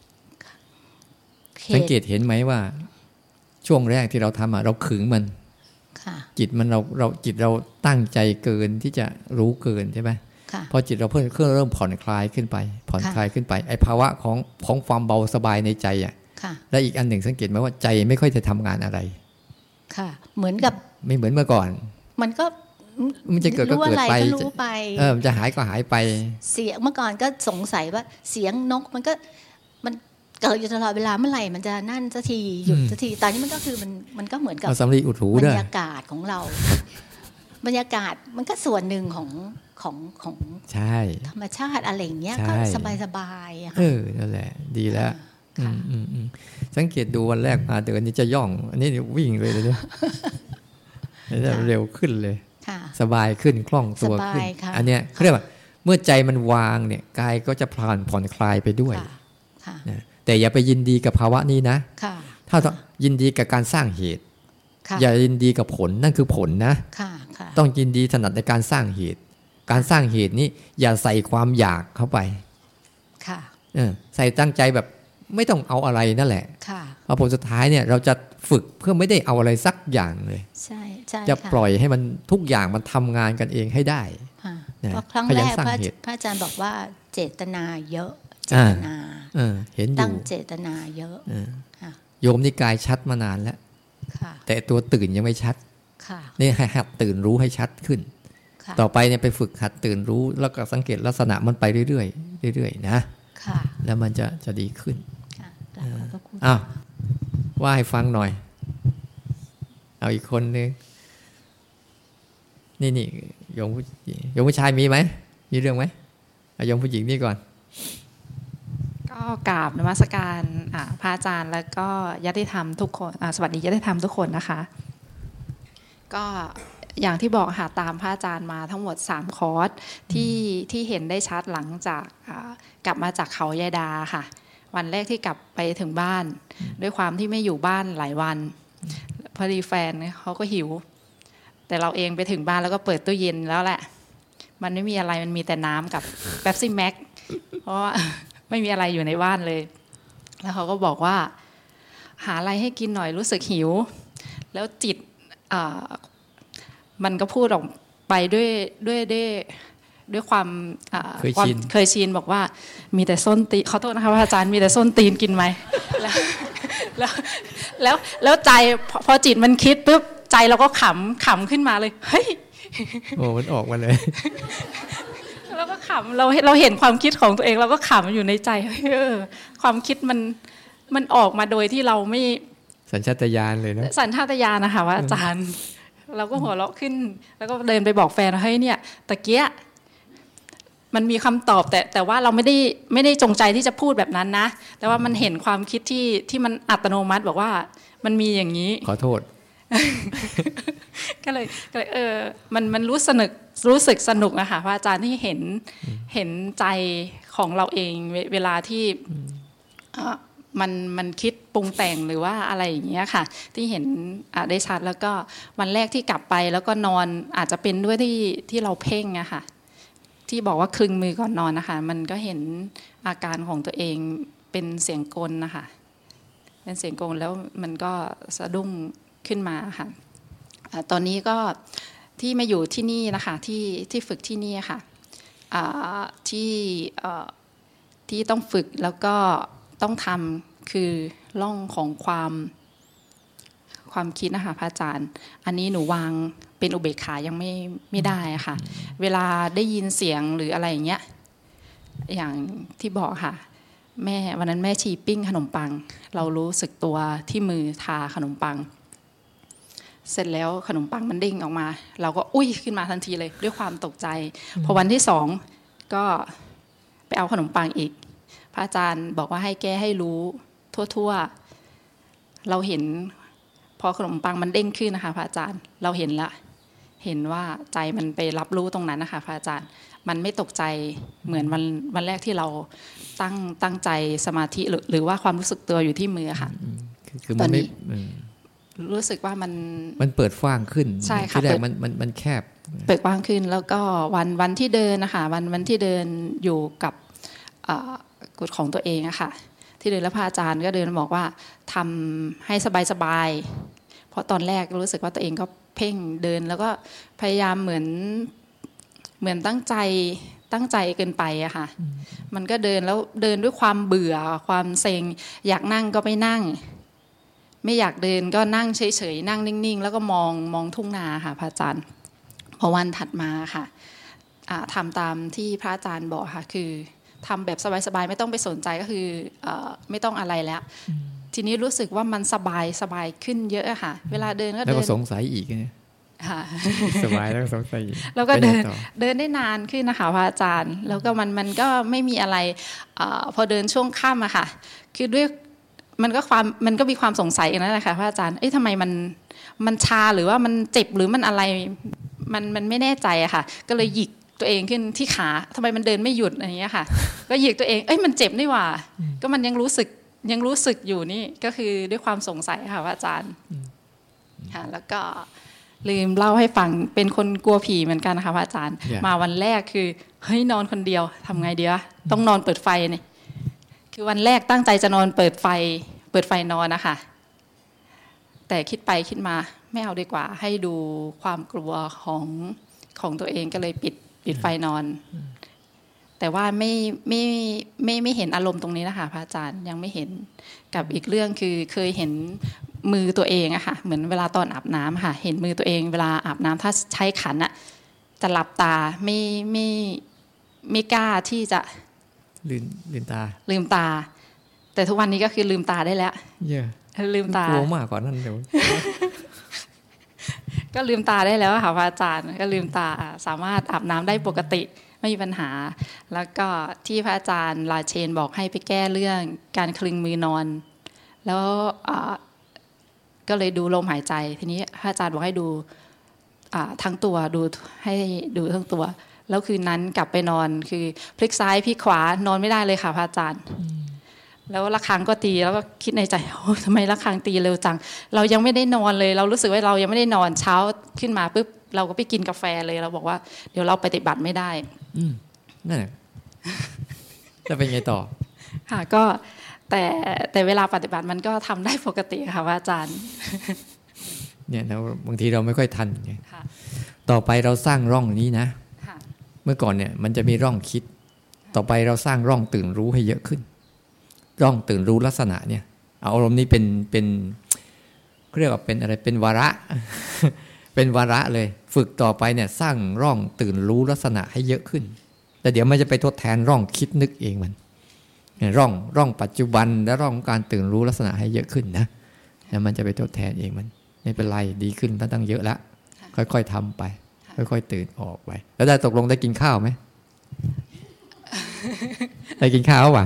สังเกตเห็นไหมว่าช่วงแรกที่เราทำอะเราขึงมันจิตมันเราเราจิตเราตั้งใจเกินที่จะรู้เกินใช่ไหมพอจิตเราเพิ่มเครื่องเริ่มผ่อนคลายขึ้นไปผ่อนคลายขึ้นไปไอ้ภาวะของของความเบาสบายในใจอ่ะและอีกอันหนึ่งสังเกตไหมว่าใจไม่ค่อยจะทำงานอะไรค่ะเหมือนกับไม่เหมือนเมื่อก่อนมันก็มันจะเกิดก็เกิดไปเออมันจะหายก็หายไปเสียงเมื่อก่อนก็สงสัยว่าเสียงนกมันก็มันเกิดอยู่ตลอดเวลาเมื่อไหร่มันจะนั่นสักทีหยุดสักทีตอนนี้มันก็คือมันมันก็เหมือนกับบรรยากาศของเราบรรยากาศมันก็ส่วนหนึ่งของของของธรรมชาติอะไรอย่างเงี้ยก็สบายสบายอะเออนั่นแหละดีแล้วสังเกตดูวันแรกมาเดินนี่จะย่องอันนี้วิ่งเลยเลยเนี่ยเร็วขึ้นเลยสบายขึ้นคล่องตัวขึ้นอันเนี้ยเรียกว่าเมื่อใจมันวางเนี่ยกายก็จะผ่อนผ่อนคลายไปด้วยแต่อย่าไปยินดีกับภาวะนี้นะถ้ายินดีกับการสร้างเหตุอย่ายินดีกับผลนั่นคือผลนะต้องยินดีถนัดในการสร้างเหตุการสร้างเหตุนี้อย่าใส่ความอยากเข้าไปใส่ตั้งใจแบบไม่ต้องเอาอะไรนั่นแหละเพราะผลสุดท้ายเนี่ยเราจะฝึกเพื่อไม่ได้เอาอะไรสักอย่างเลยใช่ใช่จะปล่อยให้มันทุกอย่างมันทำงานกันเองให้ได้เพราะครั้งแรกพระอาจารย์บอกว่าเจตนาเยอะเจตนาเห็นอยู่ตั้งเจตนาเยอะโยมนี่กายชัดมานานแล้วแต่ตัวตื่นยังไม่ชัดนี่ให้หัดตื่นรู้ให้ชัดขึ้นต่อไปเนี่ยไปฝึกหัดตื่นรู้แล้วก็สังเกตลักษณะมันไปเรื่อยๆเรื่อยๆนะแล้วมันจะจะดีขึ้นอ้าวว่าให้ฟังหน่อยเอาอีกคนนึงนี่นี่โยมผู้โยมผู้ชายมีไหมมีเรื่องไหมเอาโยมผู้หญิงนี่ก่อนก็กราบนมัสการพระอาจารย์แล้วก็ญาติธรรมทุกคนสวัสดีญาติธรรมทุกคนนะคะก็อย่างที่บอกค่ะตามพระอาจารย์มาทั้งหมดสามคอร์สที่ที่เห็นได้ชัดหลังจากกลับมาจากเขายายดาค่ะวันแรกที่กลับไปถึงบ้านด้วยความที่ไม่อยู่บ้านหลายวันพอดีแฟนเขาก็หิวแต่เราเองไปถึงบ้านแล้วก็เปิดตู้เย็นแล้วแหละมันไม่มีอะไรมันมีแต่น้ำกับเป๊ปซี่แม็กเพราะว่าไม่มีอะไรอยู่ในบ้านเลยแล้วเขาก็บอกว่าหาอะไรให้กินหน่อยรู้สึกหิวแล้วจิตมันก็พูดออกไปด้วยด้วยด้วยด้วยความเคยชินเคยชินบอกว่ามีแต่ส้นตีนขอโทษนะคะพระอาจารย์มีแต่ส้นตีนกินไหมแล้วแล้วแล้วใจพอจิตมันคิดปุ๊บใจเราก็ขำขำขึ้นมาเลยเฮ้ยโอ้มันออกมาเลยแล้วก็ขำเราเราเห็นความคิดของตัวเองเราก็ขำอยู่ในใจเออความคิดมันมันออกมาโดยที่เราไม่สัญชาตญาณเลยนะสัญชาตญาณนะคะว่าอาจารย์เราก็หัวเราะขึ้นแล้วก็เดินไปบอกแฟนเฮ้ยเนี่ยตะเกียมันมีคำตอบแต่แต่ว่าเราไม่ได้ไม่ได้จงใจที่จะพูดแบบนั้นนะแต่ว่ามันเห็นความคิดที่ที่มันอัตโนมัติบอกว่ามันมีอย่างนี้ขอโทษก็เลยก็เลยเออมันมันรู้สนุกรู้สึกสนุกนะคะพระอาจารย์ที่เห็นเห็นใจของเราเองเวลาที่มันมันคิดปรุงแต่งหรือว่าอะไรอย่างเงี้ยค่ะที่เห็นได้ชัดแล้วก็วันแรกที่กลับไปแล้วก็นอนอาจจะเป็นด้วยที่ที่เราเพ่งอะค่ะที่บอกว่าคลึงมือก่อนนอนนะคะมันก็เห็นอาการของตัวเองเป็นเสียงกลนะคะเป็นเสียงกลแล้วมันก็สะดุ้งขึ้นมาค่ะตอนนี้ก็ที่มาอยู่ที่นี่นะคะที่ที่ฝึกที่นี่ค่ะที่ที่ต้องฝึกแล้วก็ต้องทำคือร่องของความความคิดนะคะพระอาจารย์อันนี้หนูวางเป็นอุเบกขายังไม่ไม่ได้ค่ะเวลาได้ยินเสียงหรืออะไรอย่างเงี้ยอย่างที่บอกค่ะแม่วันนั้นแม่ชีปิ้งขนมปังเรารู้สึกตัวที่มือทาขนมปังเสร็จแล้วขนมปังมันเด้งออกมาเราก็อุ้ยขึ้นมาทันทีเลยด้วยความตกใจพอวันที่สองก็ไปเอาขนมปังอีกพระอาจารย์บอกว่าให้แก้ให้รู้ทั่วๆเราเห็นพอขนมปังมันเด้งขึ้นนะคะพระอาจารย์เราเห็นละเห็นว่าใจมันไปรับรู้ตรงนั้นนะคะพระอาจารย์มันไม่ตกใจเหมือนวันวันแรกที่เราตั้งตั้งใจสมาธิหรือหรือว่าความรู้สึกตัวอยู่ที่มือค่ะตอนนี้รู้สึกว่ามันมันเปิดกว้างขึ้นใช่ค่ะที่แรกมันมันมันแคบเปิดกว้างขึ้นแล้วก็วันวันที่เดินนะคะวันวันที่เดินอยู่กับกฎของตัวเองอะค่ะที่เดินแล้วพระอาจารย์ก็เดินบอกว่าทำให้สบายๆเพราะตอนแรกรู้สึกว่าตัวเองก็เพ่งเดินแล้วก็พยายามเหมือนเหมือนตั้งใจตั้งใจเกินไปอะค่ะมันก็เดินแล้วเดินด้วยความเบื่อความเซ็งอยากนั่งก็ไม่นั่งไม่อยากเดินก็นั่งเฉยๆนั่งนิ่งๆแล้วก็มองมองทุ่งนาค่ะพระอาจารย์พอวันถัดมาค่ะทำตามที่พระอาจารย์บอกค่ะคือทำแบบสบายๆไม่ต้องไปสนใจก็คือไม่ต้องอะไรแล้วทีนี้รู้สึกว่ามันสบายสบายขึ้นเยอะค่ะเวลาเดินก็เดินแล้วก็สงสัยอีกไงสบายแล้วสงสัยอีกแล้วก็เดินเดินได้นานขึ้นนะคะพระอาจารย์แล้วก็มันมันก็ไม่มีอะไรพอเดินช่วงค่ำอะค่ะคือด้วยมันก็ความมันก็มีความสงสัยนั่นแหละค่ะพระอาจารย์เอ๊ะทำไมมันมันชาหรือว่ามันเจ็บหรือมันอะไรมันมันไม่แน่ใจอะค่ะก็เลยหยิกตัวเองขึ้นที่ขาทำไมมันเดินไม่หยุดอะไรอย่างเงี้ยค่ะก็หยิกตัวเองเอ้ยมันเจ็บนี่หว่าก็มันยังรู้สึกยังรู้สึกอยู่นี่ก็คือด้วยความสงสัยค่ะพระอาจารย์ค่ะแล้วก็ลืมเล่าให้ฟังเป็นคนกลัวผีเหมือนกันนะคะพระอาจารย์ yeah. มาวันแรกคือเฮ้ยนอนคนเดียวทำไงดีวะต้องนอนเปิดไฟนี่คือวันแรกตั้งใจจะนอนเปิดไฟเปิดไฟนอนนะคะแต่คิดไปคิดมาไม่เอาดีกว่าให้ดูความกลัวของของตัวเองก็เลยปิดปิดไฟนอนแต่ว่าไม่ไม่ไม่ไม่เห็นอารมณ์ตรงนี้นะคะพระอาจารย์ยังไม่เห็นกับอีกเรื่องคือเคยเห็นมือตัวเองอะค่ะเหมือนเวลาตอนอาบน้ำค่ะเห็นมือตัวเองเวลาอาบน้ำถ้าใช้ขันอะจะหลับตาไม่ไม่ไม่กล้าที่จะลืมลืมตาลืมตาแต่ทุกวันนี้ก็คือลืมตาได้แล้วเยอะลืมตากลัวมากกว่านั้นเดี๋ยวก็ลืมตาได้แล้วค่ะพระอาจารย์ก็ลืมตาสามารถอาบน้ำได้ปกติไม่มีปัญหาแล้วก็ที่พระอาจารย์ลาเชนบอกให้ไปแก้เรื่องการคลึงมือนอนแล้วก็เลยดูลมหายใจทีนี้พระอาจารย์บอกให้ดูทั้งตัวดูให้ดูทั้งตัวแล้วคืนนั้นกลับไปนอนคือพลิกซ้ายพลิกขวานอนไม่ได้เลยค่ะพระอาจารย์แล้วระฆังก็ตีแล้วก็คิดในใจโอ้ทำไมระฆังตีเร็วจังเรายังไม่ได้นอนเลยเรารู้สึกว่าเรายังไม่ได้นอนเช้าขึ้นมาปุ๊บเราก็ไปกินกาแฟเลยเราบอกว่าเดี๋ยวเราปฏิบัติไม่ได้นั่นแหละจะเป็นไงต่อค่ะก็แต่แต่เวลาปฏิบัติมันก็ทำได้ปกติค่ะอาจารย์เนี่ยเราบางทีเราไม่ค่อยทันไงต่อไปเราสร้างร่องนี้นะเมื่อก่อนเนี่ยมันจะมีร่องคิดต่อไปเราสร้างร่องตื่นรู้ให้เยอะขึ้นร่องตื่นรู้ลักษณะเนี่ยเอาอารมณ์นี้เป็นเป็นเรียกว่าเป็นอะไรเป็นวาระ เป็นวาระเลยฝึกต่อไปเนี่ยสร้างร่องตื่นรู้ลักษณะให้เยอะขึ้นแต่เดี๋ยวมันจะไปทดแทนร่องคิดนึกเองมันร่องร่องปัจจุบันและร่องการตื่นรู้ลักษณะให้เยอะขึ้นนะแล้วมันจะไปทดแทนเองมันไม่เป็นไรดีขึ้นตั้งเยอะแล้วค่อยๆทำไปค่อยๆตื่นออกไปแล้วได้ตกลงได้กินข้าวไหม ได้กินข้าวป่ะ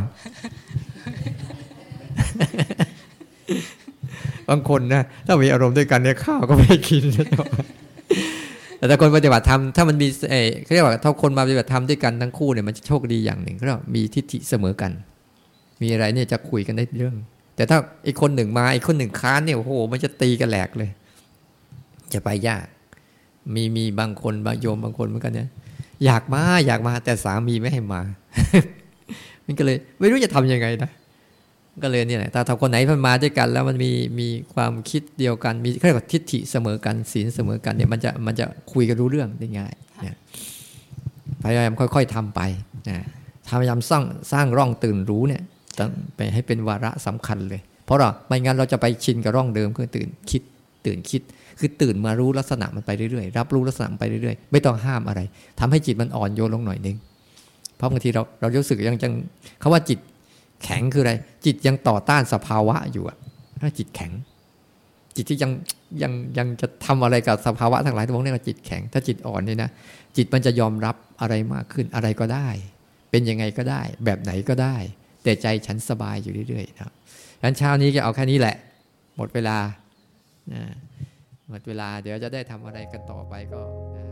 บางคนนะถ้ามีอารมณ์ด้วยกันเนี่ยข้าวก็ไม่กินแต่ถ้าคนปฏิบัติธรรมถ้ามันมีเอ่อเขาเรียกว่าถ้าคนมาปฏิบัติธรรมด้วยกันทั้งคู่เนี่ยมันจะโชคดีอย่างหนึ่งก็มีทิฏฐิเสมอกันมีอะไรเนี่ยจะคุยกันได้เรื่องแต่ถ้าอีกคนหนึ่งมาอีกคนหนึ่งค้านเนี่ยโอ้โหมันจะตีกันแหลกเลยจะไปยากมีมีบางคนบางโยมบางคนเหมือนกันเนี่ยอยากมาอยากมาแต่สามีไม่ให้มา มันก็เลยไม่รู้จะทำยังไงนะก็เลยนี่แหละถ้าคนไหนมันมาด้วยกันแล้วมันมีมีความคิดเดียวกันมีเรียกว่าทิฏฐิเสมอกันศีลเสมอกันเนี่ยมันจะมันจะคุยกันรู้เรื่องได้ง่ายเนี่ยพยายามค่อยๆทำไปนะพยายามสร้างสร้างร่องตื่นรู้เนี่ยไปให้เป็นวาระสำคัญเลยเพราะเราไม่งั้นเราจะไปชินกับร่องเดิมคือตื่นคิดตื่นคิดคือตื่นมารู้ลักษณะมันไปเรื่อยๆรับรู้ลักษณะไปเรื่อยๆไม่ต้องห้ามอะไรทำให้จิตมันอ่อนโยนลงหน่อยนึงเพราะบางทีเราเรารู้สึกยังจังเขาว่าจิตแข็งคืออะไรจิตยังต่อต้านสภาวะอยู่อะถ้าจิตแข็งจิตที่ยังยังยังจะทำอะไรกับสภาวะทั้งหลายทั้งปวงนี่ก็จิตแข็งถ้าจิตอ่อนนี่นะจิตมันจะยอมรับอะไรมากขึ้นอะไรก็ได้เป็นยังไงก็ได้แบบไหนก็ได้แต่ใจฉันสบายอยู่เรื่อยๆนะงั้นเช้านี้ก็เอาแค่นี้แหละหมดเวลานะหมดเวลาเดี๋ยวจะได้ทำอะไรกันต่อไปก็นะ